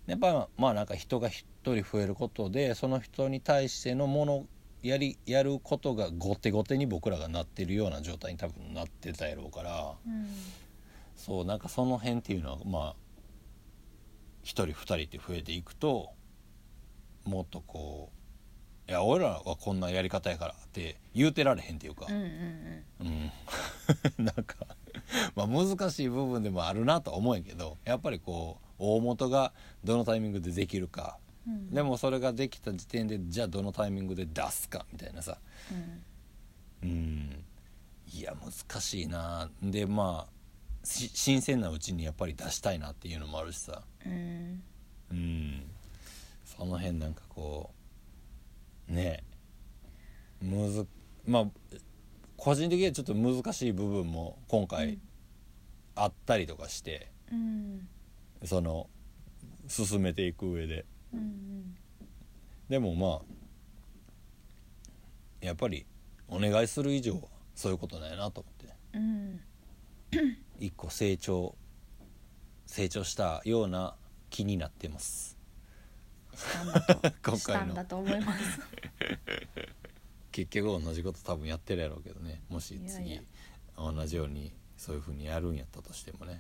Speaker 1: やっぱまあなんか人が一人増えることでその人に対してのものやりやることが後手後手に僕らがなってるような状態に多分なってたやろうから、
Speaker 2: うん、
Speaker 1: そうなんかその辺っていうのはまあ一人二人って増えていくともっとこういや俺らはこんなやり方やからって言うてられへんっていうか、
Speaker 2: うんうん
Speaker 1: うん、なんかまあ難しい部分でもあるなとは思うんやけどやっぱりこう大元がどのタイミングでできるか、うん、でもそれができた時点でじゃあどのタイミングで出すかみたいなさ、うん、うんいや難しいなでまあ新鮮なうちにやっぱり出したいなっていうのもあるしさ、うん、うん、その辺なんかこうねむずまあ個人的にはちょっと難しい部分も今回あったりとかして、うん、その進めていく上で、うんうん、でもまあやっぱりお願いする以上はそういうことないなと思って、うん、一個成長成長したような気になってます
Speaker 2: したんだと今回のしたんだと思います
Speaker 1: 結局同じこと多分やってるやろうけどねもし次いやいや同じようにそういう風にやるんやったとしてもね、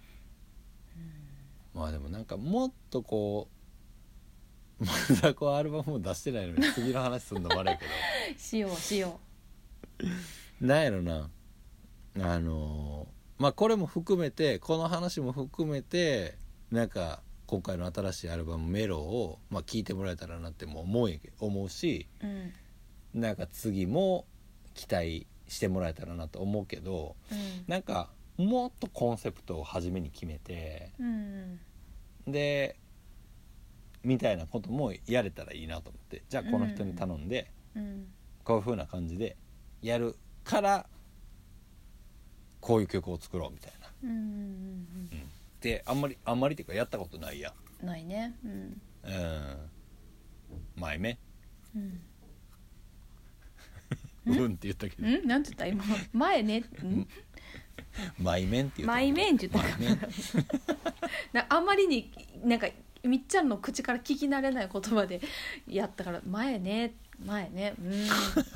Speaker 1: うん、まあでもなんかもっとこうまだこうアルバムも出してないのに次の話すんのもあれやけど
Speaker 2: しようしよ
Speaker 1: うなんやろなあのまあこれも含めてこの話も含めてなんか今回の新しいアルバムメロをまあ聴いてもらえたらなっても思うやけ思うし、うんなんか次も期待してもらえたらなと思うけど、うん、なんかもっとコンセプトを初めに決めて、うん、でみたいなこともやれたらいいなと思ってじゃあこの人に頼んで、うん、こういう風な感じでやるからこういう曲を作ろうみたいな、うんうんうん、であんまりあんまりっていうかやったことないや
Speaker 2: ないねうん、うん、
Speaker 1: 前目
Speaker 2: うん
Speaker 1: うんって言ったけど
Speaker 2: んなんて言った今前ねん
Speaker 1: 前面って言った
Speaker 2: 前面って言ったなあまりになんかみっちゃんの口から聞き慣れない言葉でやったから前ね前ねうん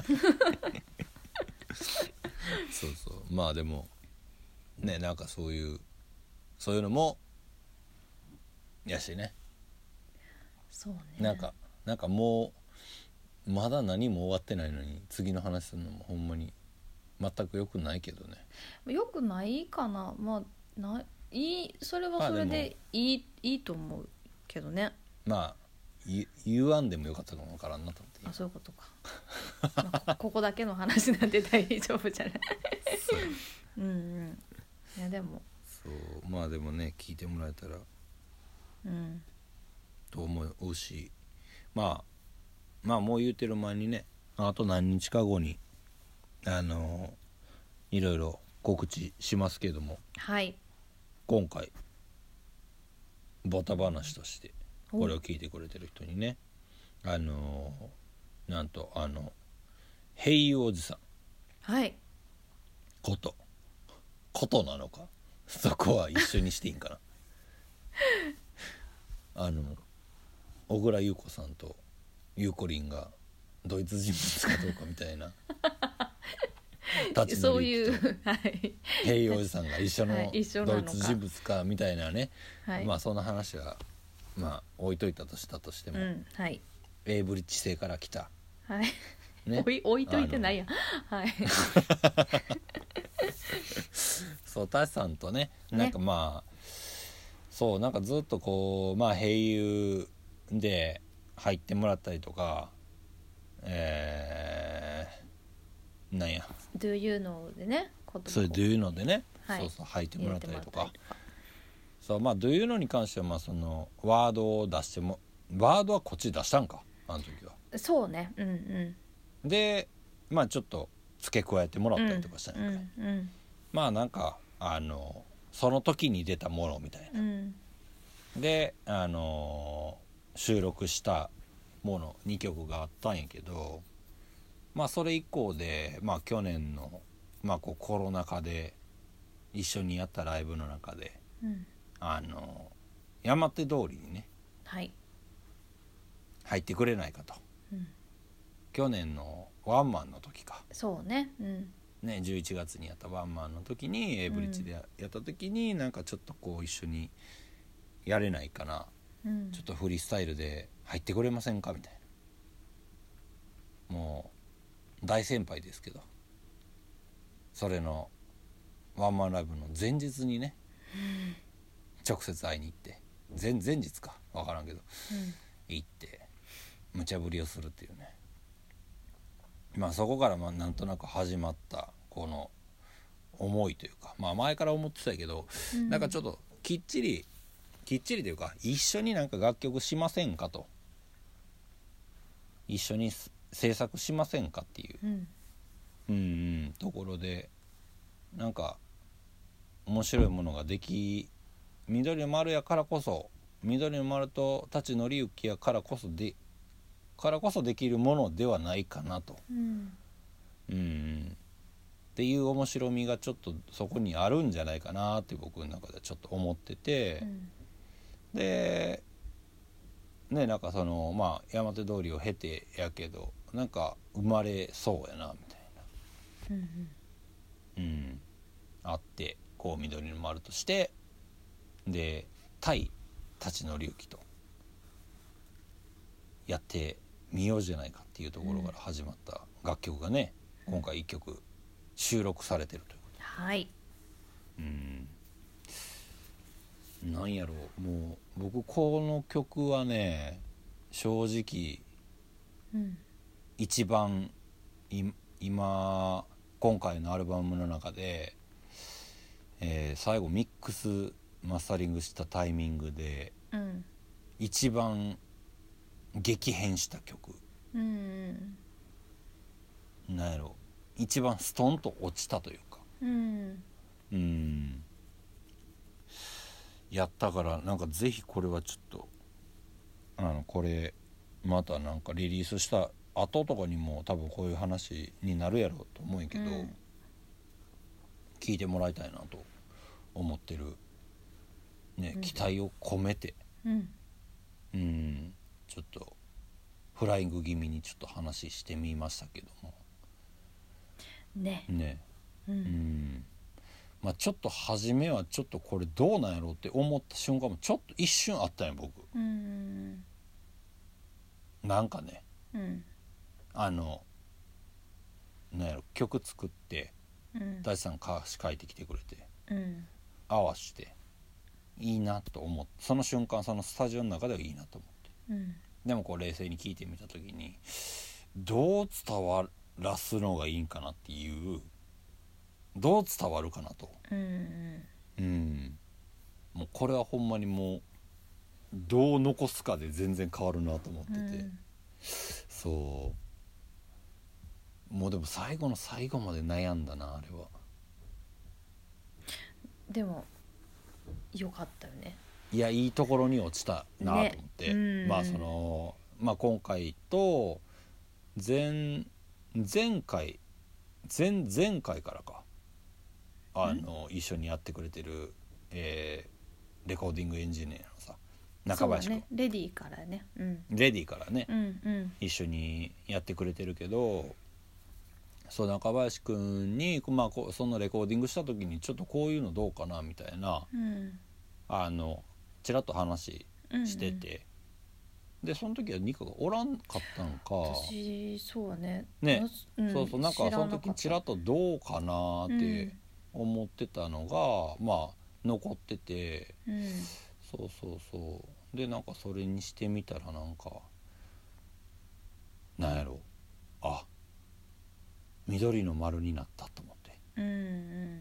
Speaker 1: そうそうまあでもねなんかそういうそういうのもやしね
Speaker 2: そうね
Speaker 1: なんかなんかもうまだ何も終わってないのに次の話するのもほんまに全く良くないけどね
Speaker 2: 良くないかなまあないいそれはそれでいい、いいと思うけどね
Speaker 1: まあ言わんでもよかったかもわからんなと思って
Speaker 2: あそういうことか、まあ、ここだけの話なんで大丈夫じゃないうんうんいやでも
Speaker 1: そうまあでもね聞いてもらえたらうんと思うしまあまあもう言うてる前にねあと何日か後にあのいろいろ告知しますけども、
Speaker 2: はい、
Speaker 1: 今回ボタ話としてこれを聞いてくれてる人にねあのなんとあのヘイユーおじさん
Speaker 2: はい
Speaker 1: ことことなのかそこは一緒にしていいんかなあの小倉優子さんとゆうこりんがドイツ人物かどうかみたいな
Speaker 2: 立ち乗りと
Speaker 1: ヘイおじさんが一緒のドイツ人物かみたいなね、はい、まあその話はまあ置いといたとしたとしても、うんはい、エイブリッジ星から来た、
Speaker 2: はいね、置い、置いといてないやはい
Speaker 1: そうタシさんとねなんかまあ、ね、そうなんかずっとこうまあヘイユーで入ってもらったりとかえー、なんや
Speaker 2: Do you know でね
Speaker 1: そう Do you know でね、はい、そうそう入ってもらったりとかそうまあ Do you know に関してはまあそのワードを出してもワードはこっち出したんかあの時は
Speaker 2: そうねうんうん
Speaker 1: でまあちょっと付け加えてもらったりとかしたんやんか、うんうん、まあなんかあのその時に出たものみたいな、うん、であの収録したものにきょくがあったんやけどまあそれ以降でまあ去年のまあこうコロナ禍で一緒にやったライブの中で、うん、あの山手通りにね
Speaker 2: はい
Speaker 1: 入ってくれないかと、
Speaker 2: うん、
Speaker 1: 去年のワンマンの時か
Speaker 2: そうね、うん
Speaker 1: ね、じゅういちがつにやったワンマンの時にエイブリッジでやった時に、なんかちょっとこう一緒にやれないかな、
Speaker 2: うん、
Speaker 1: ちょっとフリースタイルで入ってくれませんかみたいな。もう大先輩ですけど、それのワンマンライブの前日にね、うん、直接会いに行って、前前日か分からんけど、うん、行って無茶ぶりをするっていうね。まあそこからまあなんとなく始まったこの思いというか、まあ前から思ってたけど、うん、なんかちょっときっちりきっちりというか、一緒になんか楽曲しませんかと、一緒に制作しませんかっていう、うん、うんうんところで、なんか面白いものができ、緑の丸やからこそ、緑の丸と舘則之やからこそでからこそできるものではないかなと、うん、うんっていう面白みがちょっとそこにあるんじゃないかなって僕の中でちょっと思ってて、うん、でね、なんかそのまあ山手通りを経てやけど、なんか生まれそうやなみたいな、うん、うん、あって、こう緑の丸としてで対舘則之とやってみようじゃないかっていうところから始まった楽曲がね、うん、今回いっきょく収録されてるということで、
Speaker 2: はい、
Speaker 1: うん、なんやろう、もう僕この曲はね、正直、うん、一番今今回のアルバムの中で、えー、最後ミックスマスタリングしたタイミングで、うん、一番激変した曲、うん、なんやろ、一番ストンと落ちたというか、うん、うん、やったから、なんかぜひこれはちょっとあのこれまたなんかリリースした後とかにも多分こういう話になるやろうと思うんやけど、うん、聞いてもらいたいなと思ってる、ね、うん、期待を込めて、うん、うん、ちょっとフライング気味にちょっと話してみましたけども
Speaker 2: ね、
Speaker 1: ね、うん、うん、まあ、ちょっと初めはちょっとこれどうなんやろうって思った瞬間もちょっと一瞬あったんや僕、うん、なんかね、うん、あのなんやろ、曲作って大地さん歌詞書いてきてくれて、うん、合わしていいなと思って、その瞬間そのスタジオの中ではいいなと思って、うん、でもこう冷静に聞いてみた時にどう伝わらすのがいいんかなっていう、どう伝わるかなと、うんうん、もうこれはほんまにもうどう残すかで全然変わるなと思ってて、うん、そうもうでも最後の最後まで悩んだなあれは。
Speaker 2: でもよかったよね。
Speaker 1: いや、いいところに落ちたなと思って、ね、まあそのまあ今回と前前回前前回からかあの一緒にやってくれてる、えー、レコーディングエンジニアのさ中林君、
Speaker 2: ね、レディからね、うん、
Speaker 1: レディからね、
Speaker 2: うんうん、
Speaker 1: 一緒にやってくれてるけど、そう中林君に、まあ、こそのレコーディングした時にちょっとこういうのどうかなみたいな、うん、あのちらっと話してて、うんうん、でその時はニカがおらんかったんか、
Speaker 2: 私そうね
Speaker 1: ね、うん、そうそう、なんかその時ちらっとどうかなって思ってたのが、うん、まあ残ってて、うん、そうそうそうで、なんかそれにしてみたらなんかなんやろ、あ、緑の丸になったと思って、うんうん、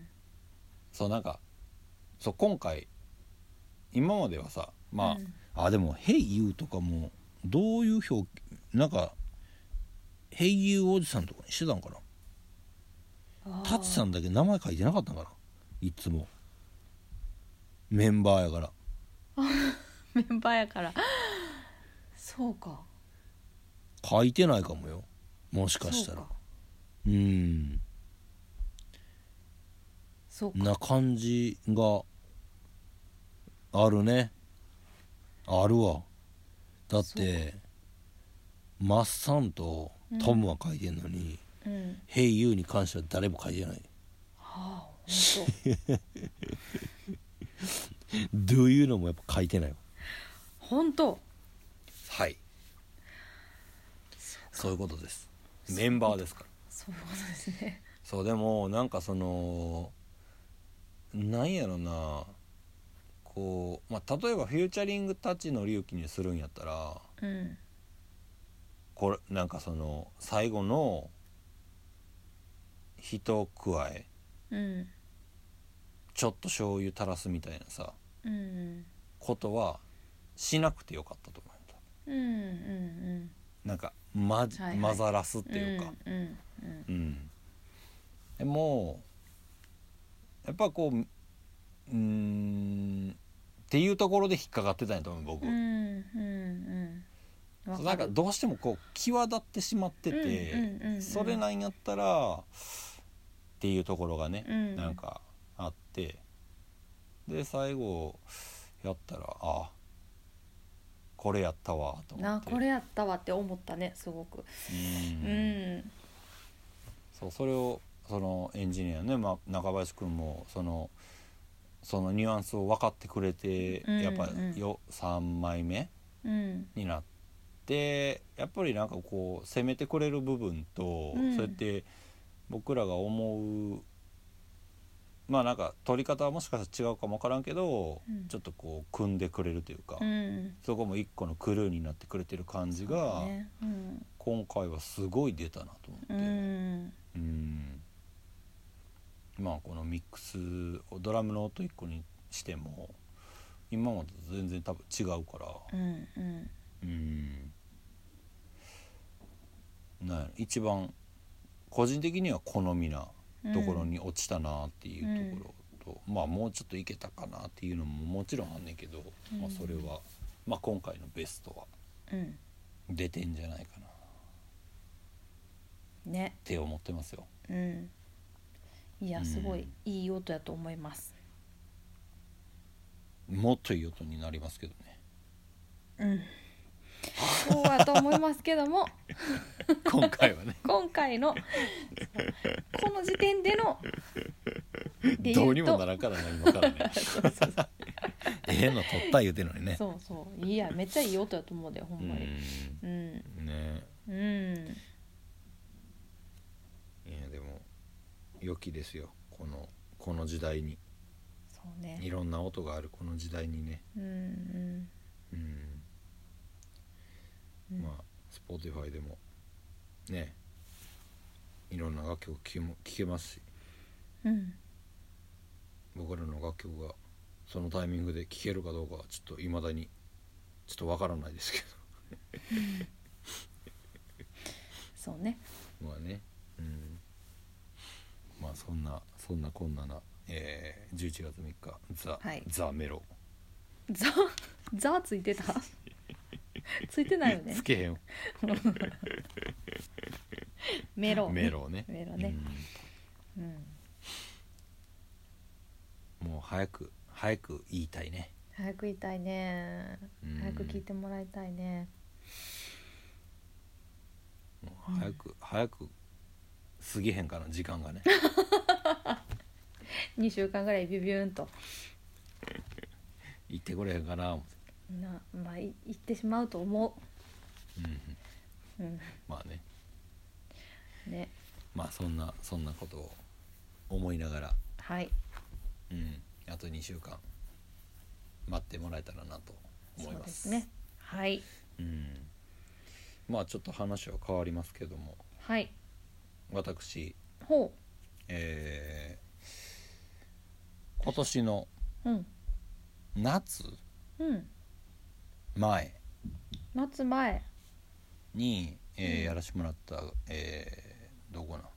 Speaker 1: そうなんかそう今回今まではさ、まあ、うん、あでも「Hey You」とかもどういう表なんか「Hey You」おじさんとかにしてたんかな、タチさんだけ名前書いてなかったんかな、いつもメンバーやから
Speaker 2: メンバーやからそうか、
Speaker 1: 書いてないかもよ、もしかしたら、うーん、
Speaker 2: そうか
Speaker 1: な感じがあるね、あるわ、 だってマッサンとトムは書いてんのに、
Speaker 2: うん、
Speaker 1: ヘイユーに関しては誰も書いてない。
Speaker 2: はあ、ほんと
Speaker 1: どういうのもやっぱ書いてないわ。
Speaker 2: ほんと
Speaker 1: はい、そういうことです。メンバーですから。
Speaker 2: そういうことですね。
Speaker 1: そうでもなんかそのなんやろな、こう、まあ、例えばフューチャリングタッチの隆起にするんやったら、
Speaker 2: うん、
Speaker 1: これなんかその最後の一加え、
Speaker 2: うん、
Speaker 1: ちょっと醤油垂らすみたいなさ
Speaker 2: うん、
Speaker 1: ことはしなくてよかったと思
Speaker 2: うん、うん、
Speaker 1: う。なんか、まじ
Speaker 2: はいはい
Speaker 1: 混ざらすっていうか、
Speaker 2: うん、うん、
Speaker 1: うん、でもやっぱこううーんっていうところで引っかかってたんやと思う僕、
Speaker 2: うん、うん、うん、わ
Speaker 1: なんか
Speaker 2: かる。
Speaker 1: どうしてもこう際立ってしまってて、
Speaker 2: うんうんうんうん
Speaker 1: それなんやったらっていうところがね、
Speaker 2: うん
Speaker 1: なんかあって、で最後やったらあこれやったわと思って、
Speaker 2: なこれやったわって思ったねすごく。
Speaker 1: うん、
Speaker 2: うん、
Speaker 1: そうそれをそのエンジニアね、まあ、中林くんもそのそのニュアンスを分かってくれて、
Speaker 2: うんうん
Speaker 1: やっぱよさんまいめ
Speaker 2: うん
Speaker 1: になってやっぱりなんかこう攻めてくれる部分と、
Speaker 2: うん
Speaker 1: そうやって僕らが思うまあなんか取り方はもしかしたら違うかも分からんけど、
Speaker 2: うん
Speaker 1: ちょっとこう組んでくれるというか、
Speaker 2: うん
Speaker 1: そこも一個のクルーになってくれてる感じ
Speaker 2: そうだ
Speaker 1: が、
Speaker 2: ね、うん
Speaker 1: 今回はすごい出たなと思って、
Speaker 2: うん
Speaker 1: うんまあこのミックスドラムの音一個にしても今までと全然多分違うから、
Speaker 2: うんうん
Speaker 1: うんなんやろ一番個人的には好みなところに落ちたなっていうところと、まあもうちょっといけたかなっていうのももちろんあんねんけど、
Speaker 2: うん
Speaker 1: まあ、それは、まあ、今回のベストは
Speaker 2: うん
Speaker 1: 出てんじゃないかなっ
Speaker 2: ね、
Speaker 1: て思ってますよ。
Speaker 2: うんいや
Speaker 1: うん
Speaker 2: すごいいい音やと思います。
Speaker 1: もっといい音になりますけどね
Speaker 2: うんそうやと思いますけども
Speaker 1: 今回はね
Speaker 2: 今回のこの時点でので言うと
Speaker 1: どうにもならんからな今からね
Speaker 2: そうそうそう
Speaker 1: ええの取った言うてんのにね。
Speaker 2: そうそういやめっちゃいい音やと思うでほんまに。うん
Speaker 1: うんね
Speaker 2: うん
Speaker 1: いやでも良きですよこのこの時代に
Speaker 2: そうね
Speaker 1: いろんな音があるこの時代にね、
Speaker 2: うんうん
Speaker 1: うん
Speaker 2: うん
Speaker 1: まあ Spotify でもねいろんな楽曲聴けも聴けますし、
Speaker 2: うん
Speaker 1: 僕らの楽曲がそのタイミングで聴けるかどうかはちょっと未だにちょっとわからないですけ
Speaker 2: そうね
Speaker 1: どまあね、うん、まあそんなそんなこんなな、えー、じゅういちがつみっかザ、
Speaker 2: はい
Speaker 1: ザメロ
Speaker 2: ザザついてたついてないよね
Speaker 1: つけへん
Speaker 2: メロ
Speaker 1: メロね
Speaker 2: メロね、うん
Speaker 1: うん、もう早く早く言いたいね。
Speaker 2: 早く言いたいね、
Speaker 1: うん
Speaker 2: 早く聞いてもらいたいね。
Speaker 1: もう早く、うん、早く過ぎへんかな時間がね
Speaker 2: にしゅうかんぐらいビュビューンと
Speaker 1: 言ってくれへんかな思って
Speaker 2: な、まあ、い言ってしまうと思う、うん、
Speaker 1: まあね
Speaker 2: ね
Speaker 1: まあそんなそんなことを思いながら
Speaker 2: はい、
Speaker 1: うん、あとにしゅうかん待ってもらえたらなと思います。
Speaker 2: そうですねはい、
Speaker 1: うん、まあちょっと話は変わりますけども
Speaker 2: はい
Speaker 1: 私
Speaker 2: ほ
Speaker 1: えー、今年の
Speaker 2: ううん
Speaker 1: 夏
Speaker 2: うん
Speaker 1: 前
Speaker 2: 夏前
Speaker 1: に、えー
Speaker 2: うん
Speaker 1: やらせてもらった、えー、どこな、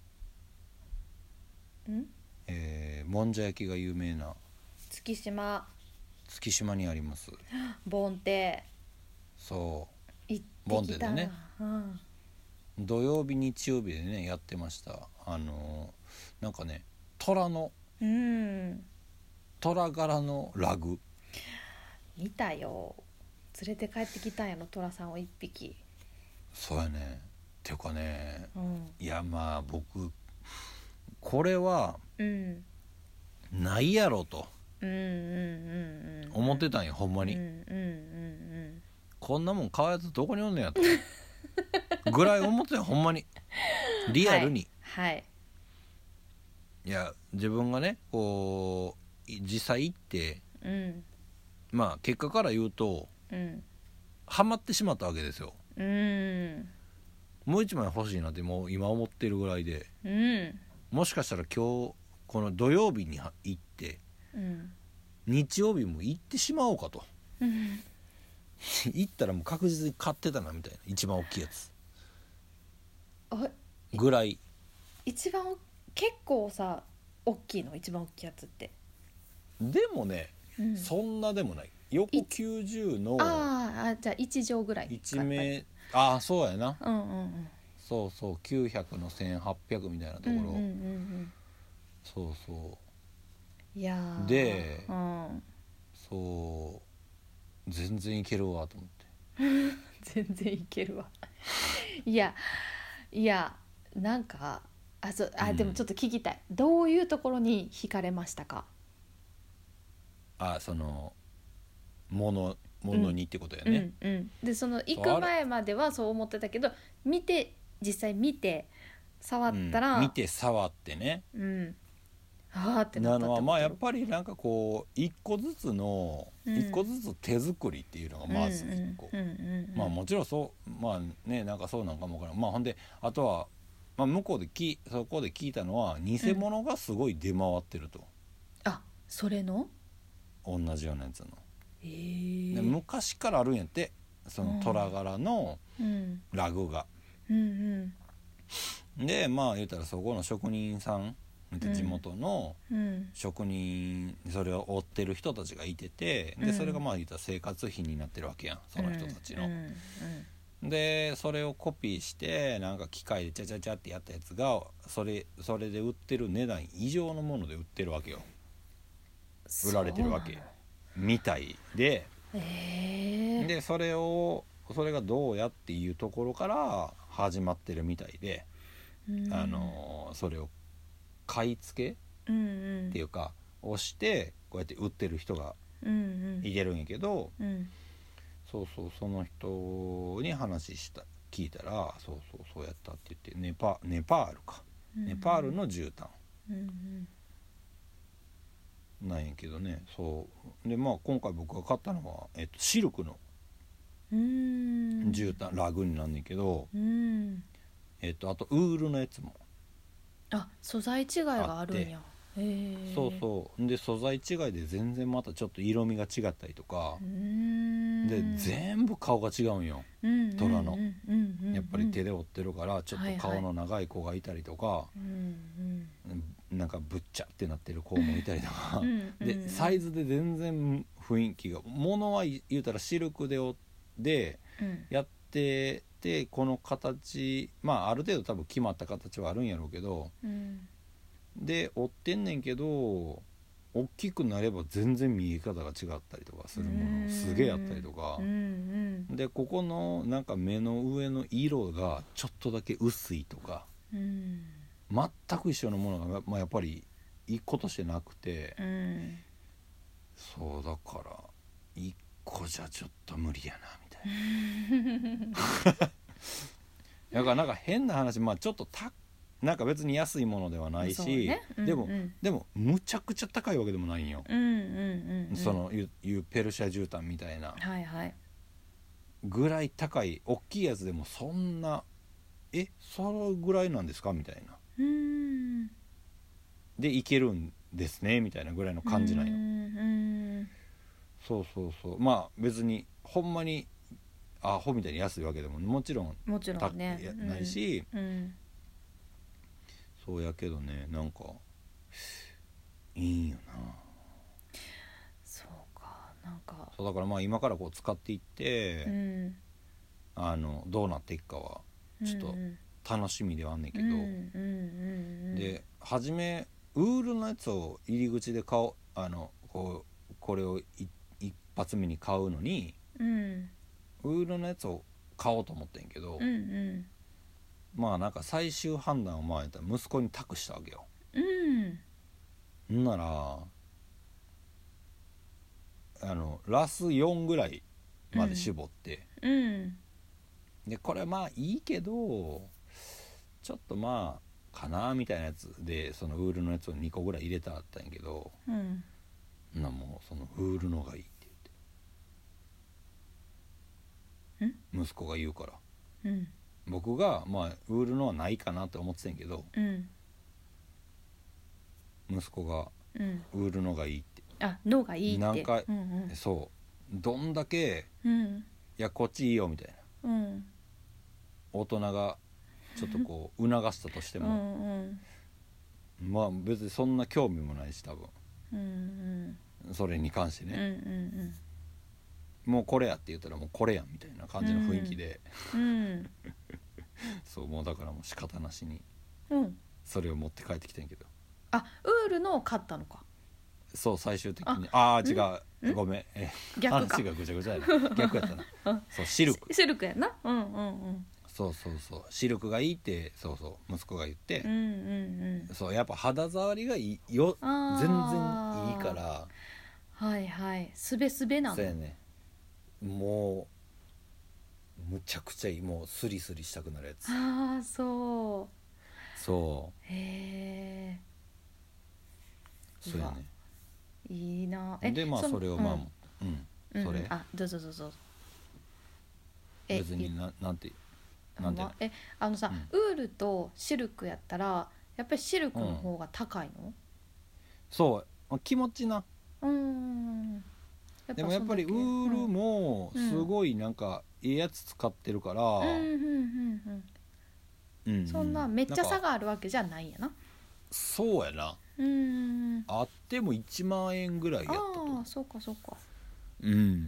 Speaker 2: うん
Speaker 1: えー、もんじゃ焼きが有名な
Speaker 2: 月島
Speaker 1: 月島にあります
Speaker 2: ボンテ
Speaker 1: そう
Speaker 2: 行って
Speaker 1: ボンテ
Speaker 2: きたな、
Speaker 1: でね
Speaker 2: うん
Speaker 1: 土曜日日曜日でねやってました。あのー、なんかね虎の
Speaker 2: うん
Speaker 1: 虎柄のラグ
Speaker 2: 見たよ連れて帰ってきたんやろ寅さんを一匹。
Speaker 1: そうやね。ていうかね、
Speaker 2: うん、
Speaker 1: いやまあ僕これは
Speaker 2: うん
Speaker 1: ないやろと
Speaker 2: うんうんうんうん
Speaker 1: 思ってたんよ、ほんまに、
Speaker 2: うんうんうん
Speaker 1: こんなもん買うやつどこにおんねんやとぐらい思ってたよ、ほんまにリアルに、
Speaker 2: はい、はい、
Speaker 1: いや自分がねこう実際行って
Speaker 2: うん
Speaker 1: まあ結果から言うと
Speaker 2: うん
Speaker 1: ハマってしまったわけですよ。
Speaker 2: うん
Speaker 1: もう一枚欲しいなってもう今思ってるぐらいで、
Speaker 2: うん
Speaker 1: もしかしたら今日この土曜日に行って
Speaker 2: うん
Speaker 1: 日曜日も行ってしまおうかと
Speaker 2: うん
Speaker 1: 行ったらもう確実に買ってたなみたいな、一番大きいやつ
Speaker 2: あ
Speaker 1: ぐらい。
Speaker 2: 一番お結構さ大きいの一番大きいやつって、
Speaker 1: でもね、
Speaker 2: うん、
Speaker 1: そんなでもない。横きゅうじゅうの
Speaker 2: ああじゃあいち畳ぐらいか
Speaker 1: いち名、ああそうやな、
Speaker 2: うんうんうん
Speaker 1: そうそうきゅうひゃくのせんはっぴゃくみたいなところ、
Speaker 2: うんうんうんうん
Speaker 1: そうそ
Speaker 2: いやー
Speaker 1: で
Speaker 2: うん
Speaker 1: そう全然いけるわと思って。
Speaker 2: 全然いけるわいやいやなんかあそあ、
Speaker 1: うん
Speaker 2: でもちょっと聞きたい、どういうところに惹かれましたか？
Speaker 1: あそのものものにってことやね、
Speaker 2: うんうん、でその行く前まではそう思ってたけど見て実際見て触ったら、
Speaker 1: うん、見て触ってね、
Speaker 2: うんあーってなったってこと
Speaker 1: なのはまあやっぱりなんかこう一個ずつの
Speaker 2: うん
Speaker 1: 一個ずつ手作りっていうのがまず一個、
Speaker 2: うんうんうんうん、
Speaker 1: まあもちろんそうまあねなんかそうなんかもわからん。まあほんであとは、まあ、向こうできそこで聞いたのは偽物がすごい出回ってると、
Speaker 2: あそれの
Speaker 1: 同じようなやつの、
Speaker 2: えー、
Speaker 1: で昔からあるんやって、その虎柄の
Speaker 2: うん
Speaker 1: ラグが、
Speaker 2: うん
Speaker 1: でまあ言うたらそこの職人さん、地元の
Speaker 2: うんうん
Speaker 1: 職人、それを追ってる人たちがいてて、
Speaker 2: うん
Speaker 1: でそれがまあ言ったら生活費になってるわけやん、その人たちの、
Speaker 2: うんうん
Speaker 1: でそれをコピーしてなんか機械でチャチャチャってやったやつがそれそれで売ってる値段以上のもので売ってるわけよ、売られてるわけみたいで、
Speaker 2: えー、
Speaker 1: でそれをそれがどうやっていうところから始まってるみたいで、
Speaker 2: うん
Speaker 1: あのそれを買い付け
Speaker 2: うんうん
Speaker 1: っていうかをしてこうやって売ってる人が
Speaker 2: うんうん
Speaker 1: いてるんやけど、
Speaker 2: うん
Speaker 1: そうそうその人に話した聞いたらそうそうそうやったって言って、ネパネパールか、
Speaker 2: うん
Speaker 1: ネパールの絨毯
Speaker 2: うん
Speaker 1: なんやけどね。そうでまあ今回僕が買ったのは、えっと、シルクの
Speaker 2: うん
Speaker 1: 絨毯、ラグになんねんけど、
Speaker 2: うん
Speaker 1: えっと、あとウールのやつも、
Speaker 2: あ素材違いがあるんや。へー
Speaker 1: そうそうで素材違いで全然またちょっと色味が違ったりとか
Speaker 2: うーん
Speaker 1: で全部顔が違うんよ。
Speaker 2: うん
Speaker 1: 虎の
Speaker 2: うんうんうんうん
Speaker 1: やっぱり手で折ってるからちょっと顔の長い子がいたりとか、
Speaker 2: うん
Speaker 1: なんかぶっちゃってなってる子もいたりとか
Speaker 2: うんうんうん
Speaker 1: でサイズで全然雰囲気が、物は言うたらシルクで折で
Speaker 2: うん
Speaker 1: やってて、この形まあある程度多分決まった形はあるんやろうけど、
Speaker 2: うん
Speaker 1: で折ってんねんけど大きくなれば全然見え方が違ったりとかするものすげえあったりとか、
Speaker 2: うん
Speaker 1: でここのなんか目の上の色がちょっとだけ薄いとか
Speaker 2: うん
Speaker 1: 全く一緒のものが、まあ、やっぱり一個としてなくて、
Speaker 2: うん
Speaker 1: そうだから一個じゃちょっと無理やなみたいなだからなんか変な話、まあちょっとたなんか別に安いものではない
Speaker 2: そう
Speaker 1: し、
Speaker 2: ねうんうん
Speaker 1: でもでもむちゃくちゃ高いわけでもないんよ、
Speaker 2: うんうんうん
Speaker 1: そのいういうペルシャ絨毯みたいな
Speaker 2: はいはい
Speaker 1: ぐらい高い大きいやつでもそんなえそのぐらいなんですかみたいな
Speaker 2: うん
Speaker 1: でいけるんですねみたいなぐらいの感じなんよ。
Speaker 2: うん
Speaker 1: そうそうそうまあ別にほんまにアホみたいに安いわけでももちろん
Speaker 2: もちろ
Speaker 1: た
Speaker 2: んね
Speaker 1: やないし、
Speaker 2: うん
Speaker 1: そうやけどねなんかいいんよな。
Speaker 2: そうかなんか
Speaker 1: そうだからまあ今からこう使っていって、
Speaker 2: うん
Speaker 1: あのどうなっていくかはちょっと楽しみではあんねんけど、
Speaker 2: うんうんうん
Speaker 1: で初めウールのやつを入り口で買おうあのこうこれをい一発目に買うのに
Speaker 2: うん
Speaker 1: ウールのやつを買おうと思ってんけど、
Speaker 2: うんうん
Speaker 1: まあなんか最終判断をまあやったら息子に託したわけよ。
Speaker 2: うん
Speaker 1: んならあのラスよんぐらいまで絞って、
Speaker 2: うん
Speaker 1: でこれまあいいけどちょっとまあかなみたいなやつでそのウールのやつをにこぐらい入れたあったんやけど、
Speaker 2: うん
Speaker 1: なもうそのウールのがいいって言って息子が言うから、
Speaker 2: うん
Speaker 1: 僕がまあウールのはないかなって思ってたんやけど、
Speaker 2: うん
Speaker 1: 息子が
Speaker 2: うん
Speaker 1: ウールのがいいって
Speaker 2: あ脳がいいって
Speaker 1: なんか、
Speaker 2: うん
Speaker 1: そうどんだけ
Speaker 2: うん
Speaker 1: いやこっちいいよみたいな
Speaker 2: うん
Speaker 1: 大人がちょっとこう促したとして
Speaker 2: う
Speaker 1: も、
Speaker 2: んうん
Speaker 1: まあ別にそんな興味もないし多分
Speaker 2: うん
Speaker 1: それに関して
Speaker 2: うんう
Speaker 1: ね、
Speaker 2: ん
Speaker 1: もうこれやって言ったらもうこれやんみたいな感じの雰囲気で、
Speaker 2: うん
Speaker 1: そうもうだからもう仕方なしに
Speaker 2: うん
Speaker 1: それを持って帰ってきてんけど、
Speaker 2: あウールのを買ったのか
Speaker 1: そう最終的にああー違うごめんえ
Speaker 2: 逆か
Speaker 1: 話がぐちゃぐちゃやな逆やったなそうシルク
Speaker 2: シルクやなうんうんうん
Speaker 1: そうそうそうシルクがいいってそうそう息子が言って
Speaker 2: うん、うんうん
Speaker 1: そうやっぱ肌触りがいいよ
Speaker 2: あー
Speaker 1: 全然いいから
Speaker 2: はいはいすべすべなの
Speaker 1: そうやねもうむちゃくちゃいいもうスリスリしたくなるやつ
Speaker 2: ああそ
Speaker 1: そう
Speaker 2: へえ
Speaker 1: うそうやね
Speaker 2: いいな
Speaker 1: でまあそれをまあうん、
Speaker 2: うん
Speaker 1: それ
Speaker 2: あどうぞどうぞ
Speaker 1: 別にななんてなんていうの
Speaker 2: えあのさ、ウールとシルクやったらやっぱりシルクの方が高いの
Speaker 1: そう気持ちな
Speaker 2: うん
Speaker 1: でもやっぱりウールもすごいなんかいいやつ使ってるから、
Speaker 2: うんうんうんうん
Speaker 1: うんうん
Speaker 2: そんなめっちゃ差
Speaker 1: なんか
Speaker 2: があるわけじゃないんやな
Speaker 1: そうやな
Speaker 2: うん
Speaker 1: あってもいちまん円ぐらいやったと
Speaker 2: ああそうかそうか
Speaker 1: うん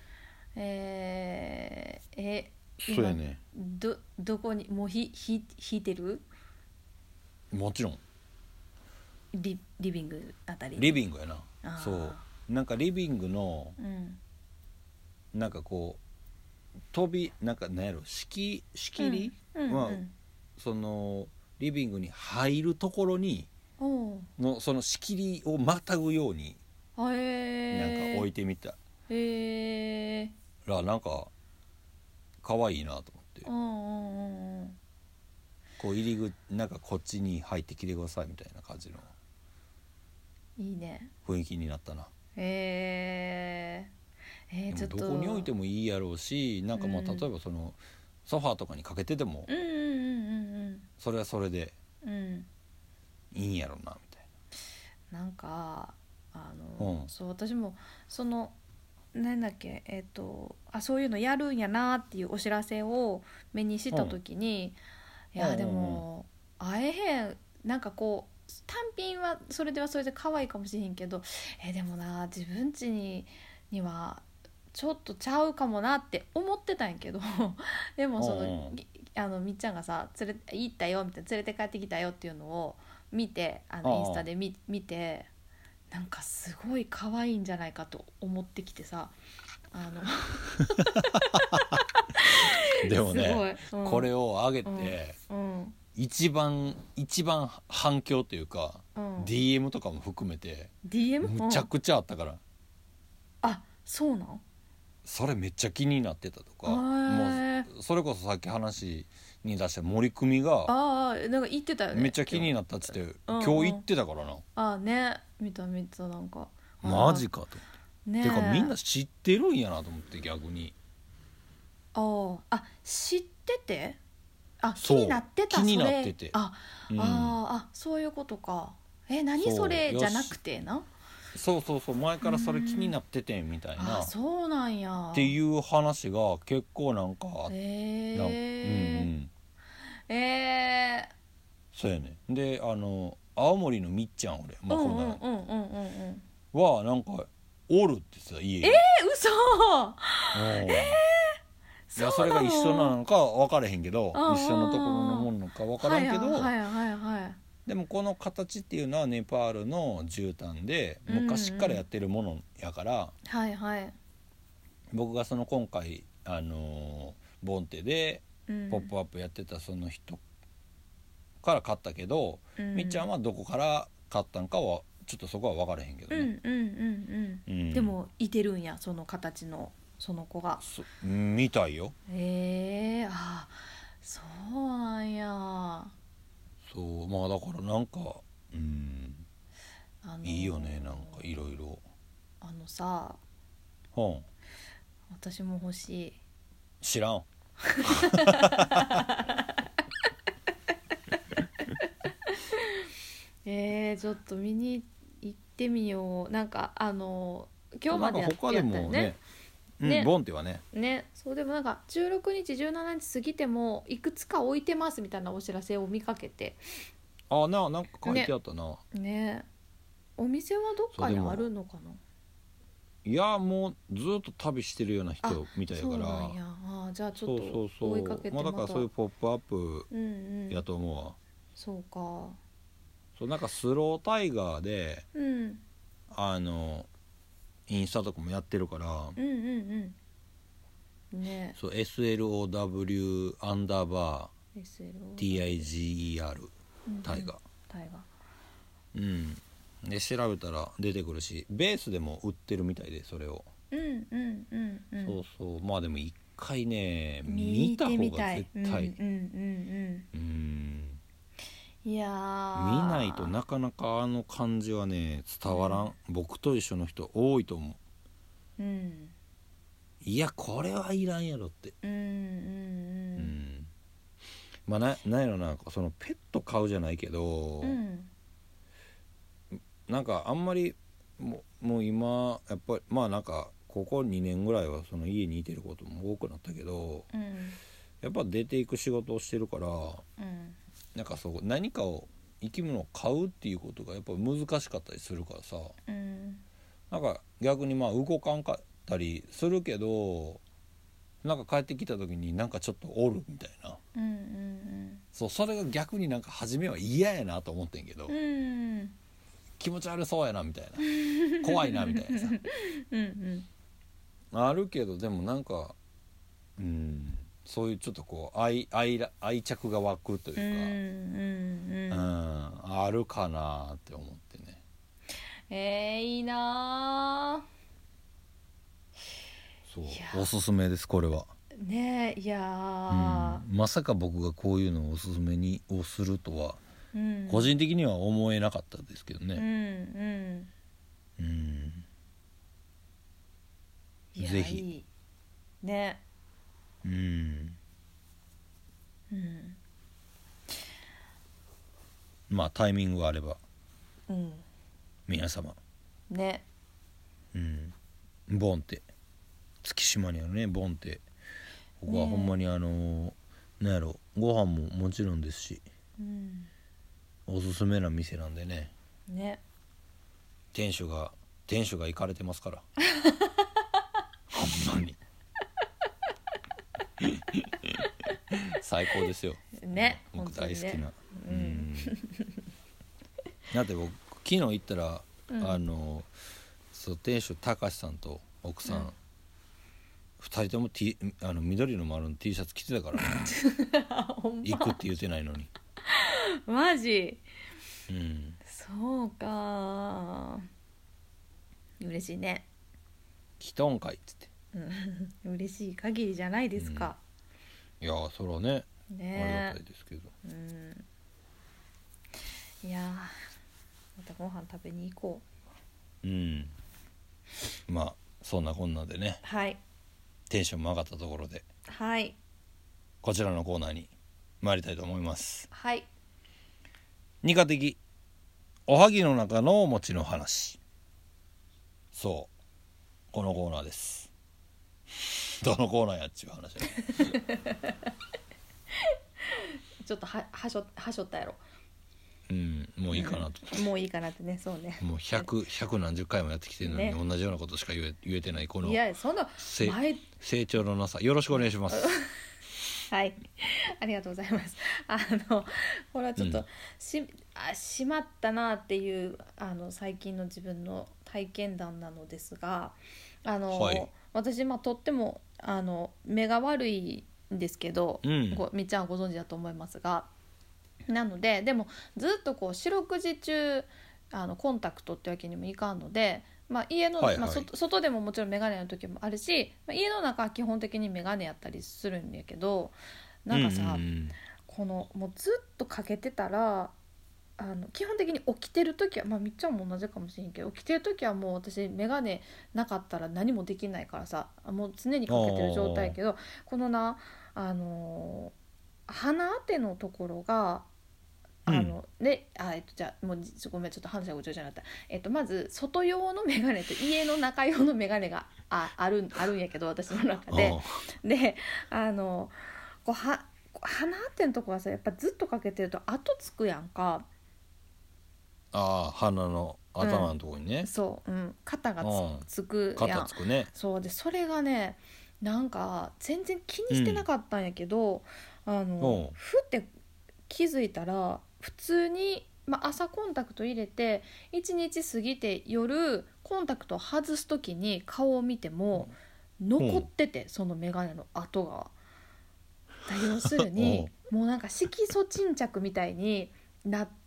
Speaker 2: えー、え
Speaker 1: そうやね
Speaker 2: どどこにもうひひ引いてる
Speaker 1: もちろん
Speaker 2: リリビングあたり
Speaker 1: リビングやな
Speaker 2: あー
Speaker 1: そうなんかリビングの
Speaker 2: うん
Speaker 1: なんかこう飛びなんかなんやろ仕切仕切り、
Speaker 2: うん
Speaker 1: まあ
Speaker 2: うん
Speaker 1: そのリビングに入るところに
Speaker 2: おう
Speaker 1: のその仕切りをまたぐように
Speaker 2: あへ
Speaker 1: なんか置い
Speaker 2: て
Speaker 1: てみた
Speaker 2: へえ
Speaker 1: らなんか可愛いなと思って
Speaker 2: うんうんうん
Speaker 1: こう入り口なんかこっちに入ってきてくださいみたいな感じの
Speaker 2: いいね
Speaker 1: 雰囲気になったな。
Speaker 2: へええー、ちょっと
Speaker 1: でもどこに置いてもいいやろうしなんかまあ
Speaker 2: うん
Speaker 1: 例えばそのソファーとかにかけてても
Speaker 2: うんうんうん
Speaker 1: それはそれで
Speaker 2: うんうん
Speaker 1: いいんやろうなみたい
Speaker 2: なんかあの、
Speaker 1: うん
Speaker 2: そう私もそのなんだっけえっ、とあそういうのやるんやなっていうお知らせを目にした時に、いやでも、会えへんなんかこう単品はそれではそれで可愛いかもしれへんけどえでもな自分家ににはちょっとちゃうかもなって思ってたんやけどでもその、
Speaker 1: うんうん
Speaker 2: ぎあのみっちゃんがさ連れ行ったよみたいな連れて帰ってきたよっていうのを見てあの
Speaker 1: うんうん
Speaker 2: インスタで見見てなんかすごい可愛いんじゃないかと思ってきてさあの
Speaker 1: なでもね、
Speaker 2: すごいうん
Speaker 1: これを上げて、
Speaker 2: うん
Speaker 1: 一番一番反響というか、
Speaker 2: うん、
Speaker 1: ディーエム とかも含めて
Speaker 2: ディーエム?
Speaker 1: むちゃくちゃあったから、
Speaker 2: あそうなん
Speaker 1: それめっちゃ気になってたとか、
Speaker 2: へー
Speaker 1: もうそれこそさっき話に出した森久美が
Speaker 2: ああなんか言ってたよね
Speaker 1: めっちゃ気になったっつって
Speaker 2: うん
Speaker 1: 今日言ってたからな、
Speaker 2: ああね見た見たなんか
Speaker 1: マジかと思って、
Speaker 2: ね
Speaker 1: てかみんな知ってるんやなと思って逆に
Speaker 2: あーあ知っててあ気
Speaker 1: そう
Speaker 2: になってた
Speaker 1: 気にな
Speaker 2: それ
Speaker 1: ってて
Speaker 2: あ、
Speaker 1: うん
Speaker 2: あーあそういうことかえ何
Speaker 1: そう
Speaker 2: それ
Speaker 1: よし
Speaker 2: じゃなくてな
Speaker 1: そうそうそう前からそれ気になっててんみたいな
Speaker 2: あそうなんや
Speaker 1: っていう話が結構なんかあっ
Speaker 2: へ
Speaker 1: なんうんう
Speaker 2: え
Speaker 1: ん
Speaker 2: え
Speaker 1: そうやねであの青森のみっちゃん俺、
Speaker 2: ー、
Speaker 1: まあ、
Speaker 2: うん
Speaker 1: こんな
Speaker 2: うんうんうんうんうん
Speaker 1: はなんかおるってさ家に
Speaker 2: え嘘
Speaker 1: えいやそれが一緒なのか分からへんけど
Speaker 2: うんうん
Speaker 1: 一緒のところのものなのか分からんけど、
Speaker 2: はいはいはいはい
Speaker 1: でもこの形っていうのはネパールの絨毯で
Speaker 2: うんうん
Speaker 1: 昔からやってるものやから、
Speaker 2: はいはい
Speaker 1: 僕がその今回あのーボンテで
Speaker 2: うん
Speaker 1: ポップアップやってたその人から買ったけど、
Speaker 2: うん
Speaker 1: みっちゃんはどこから買ったんかはちょっとそこは分からへんけど
Speaker 2: うん
Speaker 1: ね、
Speaker 2: うんうんうん
Speaker 1: うん
Speaker 2: でもいてるんやその形のその子が。
Speaker 1: そみたいよ。
Speaker 2: へえあそうなんや。
Speaker 1: そうまあだからなんかうん
Speaker 2: あのー
Speaker 1: いいよねなんかいろいろ。
Speaker 2: あのさ
Speaker 1: うん
Speaker 2: 私も欲しい。
Speaker 1: 知らん。
Speaker 2: えー、ちょっと見に行ってみよう。なんかあの今日までやって
Speaker 1: なんか他で
Speaker 2: やったよね
Speaker 1: もね、うん
Speaker 2: ね
Speaker 1: ボンテはね、
Speaker 2: ね。そうでもなんかじゅうろくにちじゅうしちにち過ぎてもいくつか置いてますみたいなお知らせを見かけて
Speaker 1: あななんか書いてあったな、
Speaker 2: ね。お店はどっかにあるのかな。
Speaker 1: いやもうずっと旅してるような人みたいやから
Speaker 2: そうなんや。あじゃあちょっ
Speaker 1: そうそう
Speaker 2: と追いかけて
Speaker 1: そうまあだからそういうポップアップ
Speaker 2: うんうん
Speaker 1: やと思うわ、
Speaker 2: そうか
Speaker 1: そうなんかスロータイガーで
Speaker 2: うん
Speaker 1: あのインスタとかもやってるから、
Speaker 2: うんうんうんね
Speaker 1: そう エスエルオーダブリュー アンダーバ
Speaker 2: エスエルオー
Speaker 1: ー ティーアイジーイーアール タイガー、
Speaker 2: タイガ
Speaker 1: うんで調べたら出てくるしベースでも売ってるみたいでそれを、
Speaker 2: うんうんうんうん
Speaker 1: そうそうまあでも一回ね見
Speaker 2: 見て
Speaker 1: た方
Speaker 2: みたい
Speaker 1: が絶対
Speaker 2: うんうんうん
Speaker 1: うん
Speaker 2: うんいやー
Speaker 1: 見ないとなかなかあの感じはね伝わらん、僕と一緒の人多いと思う。
Speaker 2: うん
Speaker 1: いやこれはいらんやろって
Speaker 2: うんうんう
Speaker 1: うんんまあななんやろなそのペット飼うじゃないけど、
Speaker 2: うん
Speaker 1: なんかあんまりもうもう今やっぱりまあなんかここにねんぐらいはその家にいてることも多くなったけど
Speaker 2: うん
Speaker 1: やっぱ出ていく仕事をしてるから
Speaker 2: うん
Speaker 1: なんかそう何かを生き物を飼うっていうことがやっぱ難しかったりするからさ
Speaker 2: うん
Speaker 1: なんか逆にまあ動かんかったりするけどなんか帰ってきた時になんかちょっとおるみたいな
Speaker 2: うんうん
Speaker 1: そうそれが逆になんか初めは嫌やなと思ってんけど、
Speaker 2: うんうん
Speaker 1: 気持ち悪そうやなみたいな怖いなみたいなさ
Speaker 2: うん
Speaker 1: あるけどでもなんかうんそういうちょっとこう愛愛ら愛着が湧くというか、
Speaker 2: うんうんうん
Speaker 1: うんあるかなって思ってね。
Speaker 2: えー、いいな
Speaker 1: そう
Speaker 2: いや
Speaker 1: おすすめですこれは、
Speaker 2: ーねえいやー
Speaker 1: うん、まさか僕がこういうのをおすすめにをするとは
Speaker 2: うん
Speaker 1: 個人的には思えなかったですけど
Speaker 2: うん
Speaker 1: ね、
Speaker 2: うん
Speaker 1: うん
Speaker 2: いや
Speaker 1: ぜひ
Speaker 2: いいね
Speaker 1: うん
Speaker 2: うん
Speaker 1: まあタイミングがあれば
Speaker 2: うん
Speaker 1: 皆様、
Speaker 2: ね
Speaker 1: うん、ボンテ月島にあるねボンテここは
Speaker 2: ね
Speaker 1: ほんまにあのなんやろご飯ももちろんですし
Speaker 2: うん
Speaker 1: おすすめな店なんでね
Speaker 2: ね
Speaker 1: 店主が店主が行かれてますからほんまに最高ですよ
Speaker 2: ね
Speaker 1: 僕大好きな、
Speaker 2: 本当にね
Speaker 1: う
Speaker 2: うんん
Speaker 1: だって僕昨日行ったら、
Speaker 2: うん
Speaker 1: あのそう店主高橋さんと奥さん、
Speaker 2: うん
Speaker 1: ふたりとも、T、あの緑の丸の T シャツ着てたからね
Speaker 2: ほん
Speaker 1: 行くって言ってないのに、
Speaker 2: まマジ
Speaker 1: うん、
Speaker 2: そうか嬉しいね
Speaker 1: 来とんかいっつって
Speaker 2: うん嬉しい限りじゃないですか、
Speaker 1: いやーそれはねあり
Speaker 2: ね
Speaker 1: がたいですけど
Speaker 2: うんいやーまたご飯食べに行こう
Speaker 1: うんまあそんなこんなでね
Speaker 2: はい
Speaker 1: テンションも上がったところで
Speaker 2: はい
Speaker 1: こちらのコーナーに参りたいと思います。
Speaker 2: はい
Speaker 1: 二課的おはぎの中のお餅の話。そうこのコーナーです。どのコーナーやっちゅう話だ
Speaker 2: ちょっとははしょはしょったやろ
Speaker 1: うんもういいかなと、
Speaker 2: もういいかなってねそうね
Speaker 1: もうひゃく、ひゃく何十回もやってきてるのに、
Speaker 2: ね
Speaker 1: 同じようなことしか言え、言えてないこの
Speaker 2: いやそんな
Speaker 1: せ
Speaker 2: 前
Speaker 1: 成長のなさよろしくお願いします。
Speaker 2: はいありがとうございますあのこれはちょっと、
Speaker 1: うん
Speaker 2: しあしまったなっていうあの最近の自分の体験談なのですがあの、
Speaker 1: はい、
Speaker 2: 私、まあ、とってもあの目が悪いんですけど、
Speaker 1: うん、
Speaker 2: ごみっちゃんはご存知だと思いますが、なのででもずっとこう四六時中あのコンタクトってわけにもいかんので、まあ、家の、まあ、
Speaker 1: はいはい、
Speaker 2: 外, 外でももちろん眼鏡の時もあるし、まあ、家の中は基本的に眼鏡やったりするんやけど、
Speaker 1: うんうんう
Speaker 2: なんかさ、
Speaker 1: ん、
Speaker 2: このもうずっとかけてたら、あの基本的に起きてる時は、まあ、みっちゃんも同じかもしれんけど、起きてる時はもう私眼鏡なかったら何もできないからさ、もう常に
Speaker 1: あ
Speaker 2: かけてる状態や
Speaker 1: ー
Speaker 2: けど、このな、あのー鼻当てのところがあ
Speaker 1: うん、
Speaker 2: のであ、えっと、じゃあもうごめんちょっと話がごちゃごちゃになった、えっと、まず外用の眼鏡と家の中用の眼鏡が あ, あ, るあるんやけど、私の中で
Speaker 1: あ
Speaker 2: であのこうは鼻当てのとこはさ、やっぱずっとかけてると後つくやんか。
Speaker 1: あー、鼻の
Speaker 2: うん、
Speaker 1: 頭のところにね、
Speaker 2: そう、うん、肩がつ、
Speaker 1: うん、
Speaker 2: つくや
Speaker 1: 肩
Speaker 2: ん。
Speaker 1: つくね、
Speaker 2: そうで、それがね、なんか全然気にしてな
Speaker 1: うん、
Speaker 2: かったんやけど、あの
Speaker 1: おう、
Speaker 2: ふって気づいたら普通に、まあ、朝コンタクト入れていちにち過ぎて夜コンタクトを外す時に顔を見ても残っ
Speaker 1: うん、
Speaker 2: てて、その眼鏡の跡が。だ要する
Speaker 1: おう、
Speaker 2: にもうなんか色素沈着みたいになって、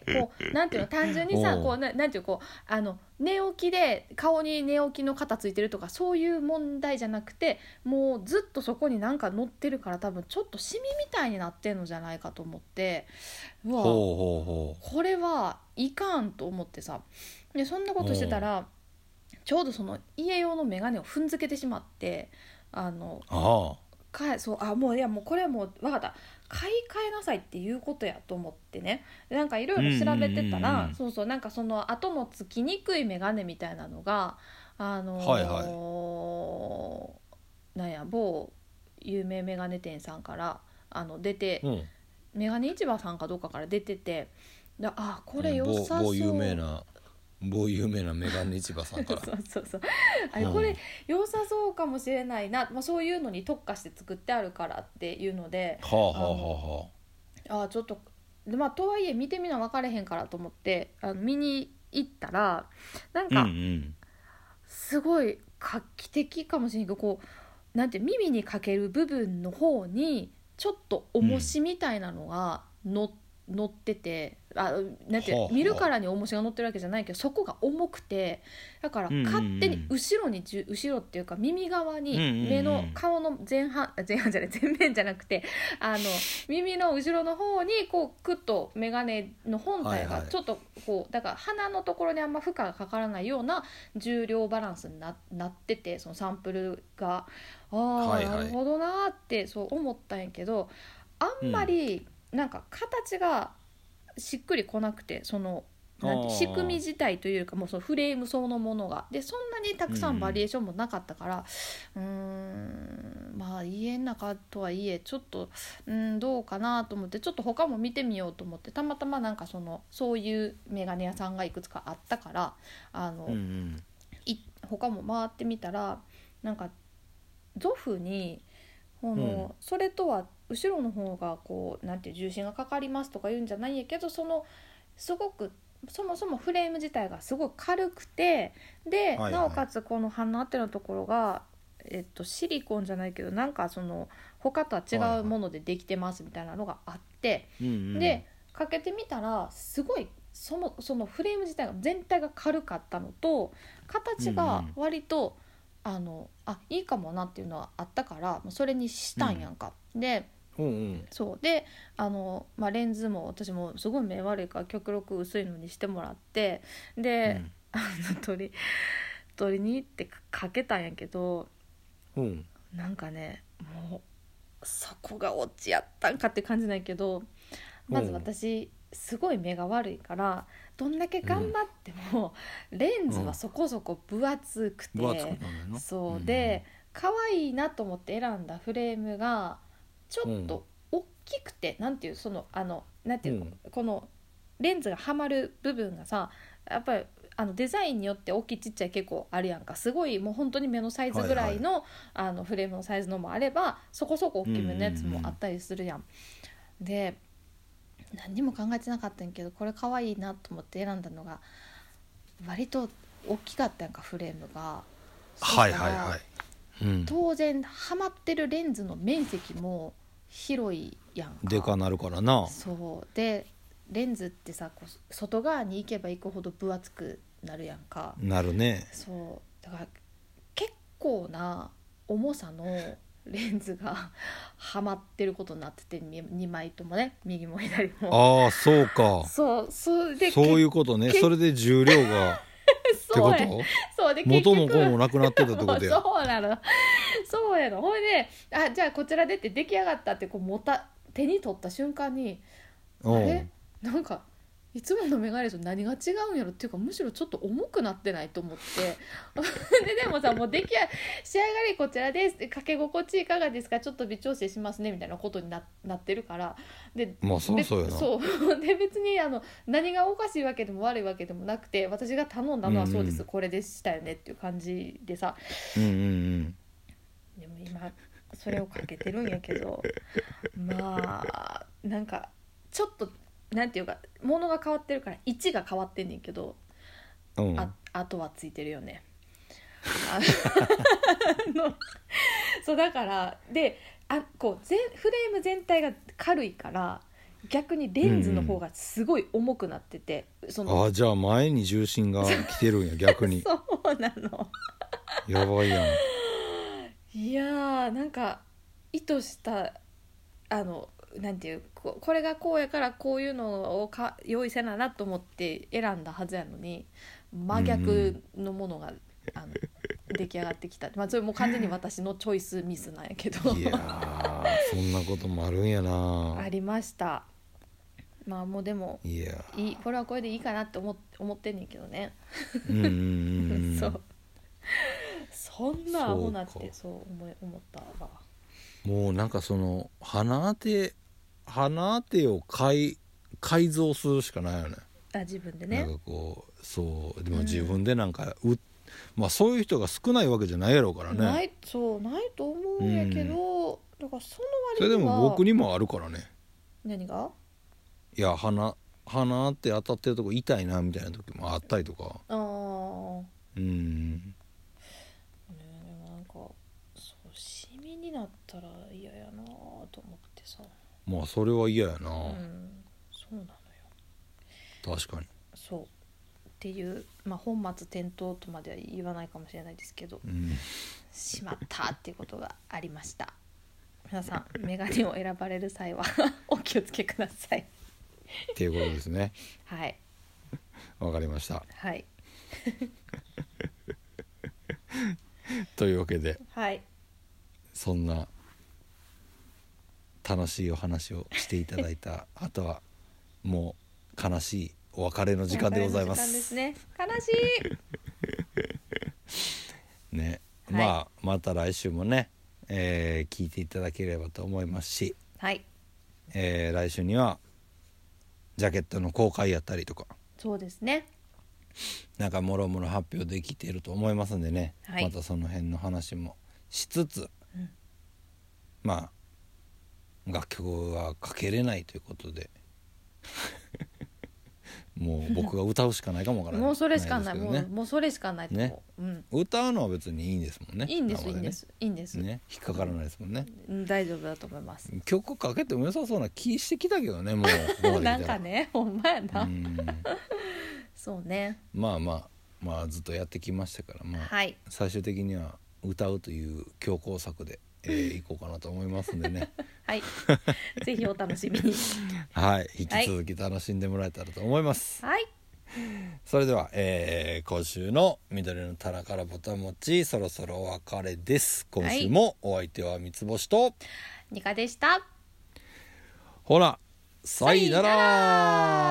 Speaker 2: こうなんていうの、単純にさ、
Speaker 1: おう、
Speaker 2: こうななんていう、こうあの寝起きで顔に寝起きの肩ついてるとかそういう問題じゃなくて、もうずっとそこになんか乗ってるから、多分ちょっとシミみたいになってんのじゃないかと思って、う
Speaker 1: ほ
Speaker 2: わ
Speaker 1: うほうほ
Speaker 2: これはいかんと思ってさ。でそんなことしてた
Speaker 1: う、おう、
Speaker 2: らちょうどその家用の眼鏡を踏んづけてしまって、あの
Speaker 1: あ
Speaker 2: かそうあもういやもうこれはもう分かった、買い替えなさいっていうことやと思ってね、なんかいろ
Speaker 1: あ、うんうん
Speaker 2: いろ調べてたら、
Speaker 1: うん
Speaker 2: そうそう、なんかその後のつきにくい眼鏡みたいなのが、あ
Speaker 1: うん、はいはい、
Speaker 2: のーなんや某有名眼鏡店さんからあの出て、
Speaker 1: うん、
Speaker 2: 眼鏡市場さんかどうかから出てて、であこれ
Speaker 1: うん、
Speaker 2: 良さ
Speaker 1: 某某有名
Speaker 2: そう。
Speaker 1: な某有名なメガネ市場さんから、
Speaker 2: そうそうそう、あれこれ
Speaker 1: うん、
Speaker 2: 良さそうかもしれないな、まあ、そういうのに特化して作ってあるからっていうので、
Speaker 1: はあはあは
Speaker 2: あの
Speaker 1: あは
Speaker 2: あちょっとで、まあ、とはいえ見てみな分かれへんからと思ってあの見に行ったら、なん
Speaker 1: あ、うんう
Speaker 2: か
Speaker 1: ん、
Speaker 2: すごい画期的かもしれんけど、こうなんて耳にかける部分の方にちょっと重
Speaker 1: うん、
Speaker 2: しみたいなのがの乗ってて、あなんて
Speaker 1: はあはあ、
Speaker 2: 見るからに重しが乗ってるわけじゃないけど、そこが重くて、だから
Speaker 1: うんうんう
Speaker 2: 勝手に
Speaker 1: ん、
Speaker 2: 後ろにじゅ後ろっていうか耳側に、
Speaker 1: うんうん
Speaker 2: 目の
Speaker 1: うん、
Speaker 2: 顔の前半前半じゃない前面じゃなくて、あの耳の後ろの方にこうクッと眼鏡の本体
Speaker 1: はいはい、
Speaker 2: がちょっとこうだから鼻のところにあんま負荷がかからないような重量バランスに な, なってて、そのサンプルがああな
Speaker 1: はいはい、
Speaker 2: るほどなーってそう思ったんやけど、あんま
Speaker 1: うん、
Speaker 2: りなんか形がしっくりこなくて、その
Speaker 1: あ
Speaker 2: なんて仕組み
Speaker 1: あ、
Speaker 2: 自体というか、もうそのフレームそのものがでそんなにた
Speaker 1: うんう
Speaker 2: くさんバリエー
Speaker 1: ん、
Speaker 2: ションもなかったから、うーんまあ家の中とはいえちょっとうんどうかなと思って、ちょっと他も見てみようと思って、たまたまなんかそのそういうメガネ屋さんがいくつかあったから、あ
Speaker 1: うんう
Speaker 2: の
Speaker 1: ん、
Speaker 2: い他も回ってみたら、なんかゾフにこ
Speaker 1: うん、
Speaker 2: のそれとは後ろの方がこうなんていう重心がかかりますとか言うんじゃないんやけど、そのすごくそもそもフレーム自体がすごい軽くて、で
Speaker 1: はいはい、
Speaker 2: なおかつこの鼻当てのところが、えっと、シリコンじゃないけどなんかその他とは違
Speaker 1: はいは
Speaker 2: うものでできてますみたいなのがあって、
Speaker 1: い、うんうん、
Speaker 2: でかけてみたらすごいその、そのフレーム自体が全体が軽かったのと、
Speaker 1: うんう
Speaker 2: 形が
Speaker 1: ん、
Speaker 2: 割とあのあいいかもなっていうのはあったから、もうそれにしたんやんか。で
Speaker 1: うんうん、
Speaker 2: そうであの、まあ、レンズも私もすごい目悪いから極力薄いのにしてもらって、で
Speaker 1: うん
Speaker 2: あの取り取りに行ってかけたんやけど、
Speaker 1: うん、
Speaker 2: なんかねもうそこがオチやったんかって感じなんやけど、まず私すごい目が悪いから、どんだけ頑張ってもレンズはそこそこ分厚く
Speaker 1: 分厚く
Speaker 2: て、
Speaker 1: なるの、
Speaker 2: そうで可愛いなと思って選んだフレームがちょ
Speaker 1: うん、
Speaker 2: っと大きくて、なんていうそのあのなんていうの、
Speaker 1: うん、
Speaker 2: このレンズがはまる部分がさ、やっぱりあのデザインによって大きいちっちゃい結構あるやんか。すごいもう本当に目のサイズぐらいの、あのフレームのサイズのもあれば、そこそこ大きめのやつもあったりするやん。で何にも考えてなかったんやけど、これ可愛いなと思って選んだのが割と大きかったやんかフレームが。
Speaker 1: はいはいはい、うん、
Speaker 2: 当然はまってるレンズの面積も広いやんか。
Speaker 1: でかなるからな。
Speaker 2: そうでレンズってさこう外側に行けば行くほど分厚くなるやんか。
Speaker 1: なるね。
Speaker 2: そうだから結構な重さのレンズがはまってることになってて、にまいともね、右も左も。
Speaker 1: ああそうか。
Speaker 2: そうそうで
Speaker 1: そういうことね。それで重量がってこと？
Speaker 2: そうで
Speaker 1: 元も子もなくなってたってことや。
Speaker 2: そうなのそうやの。ほいで、あじゃあこちらでって出来上がったってこう持った手に取った瞬間に、あれなんかいつものメガネと何が違うんやろっていうか、むしろちょっと重くなってないと思ってで, でもさもう出来上がり仕上がりこちらです、かけ心地いかがですか、ちょっと微調整しますねみたいなことに な, なってるからで、
Speaker 1: まあそうそうやな。
Speaker 2: そうで別にあの何がおかしいわけでも悪いわけでもなくて、私が頼んだのはそうです、うんうん、これでしたよねっていう感じでさ、
Speaker 1: うんうんうん、
Speaker 2: でも今それをかけてるんやけどまあなんかちょっとなんていうか物が変わってるから位置が変わってんねんけど、うん、あ, あとはついてるよねあのそうだからであこう全フレーム全体が軽いから逆にレンズの方がすごい重くなってて、
Speaker 1: うん、そのあじゃあ前に重心が来てるんや逆に
Speaker 2: そうなの
Speaker 1: やばいやん。
Speaker 2: いやーなんか意図したあのなんていうここれがこうやからこういうのをか用意せななと思って選んだはずやのに真逆のものが、うん、あの出来上がってきた、まあ、それも完全に私のチョイスミスなんやけど
Speaker 1: いやそんなこともあるんやな。
Speaker 2: ありました。まあもうでも
Speaker 1: いや
Speaker 2: いいこれはこれでいいかなって 思, 思ってんねんけどね
Speaker 1: うんうんうん
Speaker 2: そうそんなアホなってそう思い思ったわ。
Speaker 1: もうなんかその鼻当て鼻当てを改改造するしかないよね。
Speaker 2: あ自分でね。
Speaker 1: なんかこうそうでも自分でなんか、うん、まあそういう人が少ないわけじゃないやろうからね。
Speaker 2: ないそうないと思うんやけど、うん、だからその割には
Speaker 1: それでも僕にもあるからね。
Speaker 2: 何が？
Speaker 1: いや鼻鼻って当たってるとこ痛いなみたいな時もあったりとか。
Speaker 2: ああ
Speaker 1: うんね
Speaker 2: えなんかそうシミになったら嫌やなと思ってさ。
Speaker 1: まあそれは嫌やな、うん、
Speaker 2: そうなのよ。
Speaker 1: 確かに
Speaker 2: そうっていう、まあ、本末転倒とまでは言わないかもしれないですけど、
Speaker 1: うん、
Speaker 2: しまったっていうことがありました。皆さんメガネを選ばれる際はお気をつけください
Speaker 1: っていうことですね。
Speaker 2: はい
Speaker 1: わかりました。
Speaker 2: はい
Speaker 1: というわけで、
Speaker 2: はい、
Speaker 1: そんな楽しいお話をしていただいた後はもう悲しいお別れの時間でございます。
Speaker 2: お別れの時間ですね。悲し
Speaker 1: いね、はい、まあまた来週もね、えー、聞いていただければと思いますし、
Speaker 2: はい、
Speaker 1: えー、来週にはジャケットの公開やったりとか、
Speaker 2: そうですね、
Speaker 1: なんかもろもろ発表できていると思いますんでね、はい、またその辺の話もしつつ、うん、まあ楽曲はかけれないということでもう僕が歌うしかないかもわからない
Speaker 2: もうそれしかない、ね、もう、もうそれしかないと思う、ね、うん、
Speaker 1: 歌うのは別にいいんですもんね。
Speaker 2: いいんです、ね、いいんですいいんです、
Speaker 1: ね、引っかからないですもんね、
Speaker 2: うん、大丈夫だと思います。
Speaker 1: 曲かけても良さそうな気してきたけどねもう
Speaker 2: なんかねほんまやなうんそうね、
Speaker 1: まあまあまあずっとやってきましたから、まあはい、最終的には歌うという強行策でえー、いこうかなと思いますんでね
Speaker 2: はいぜひお楽しみに
Speaker 1: はい引き続き楽しんでもらえたらと思います。
Speaker 2: はい、
Speaker 1: それでは、えー、今週の緑の棚からぼたもちそろそろお別れです。今週もお相手は三つ星と
Speaker 2: ニカでした。
Speaker 1: ほらさいなら。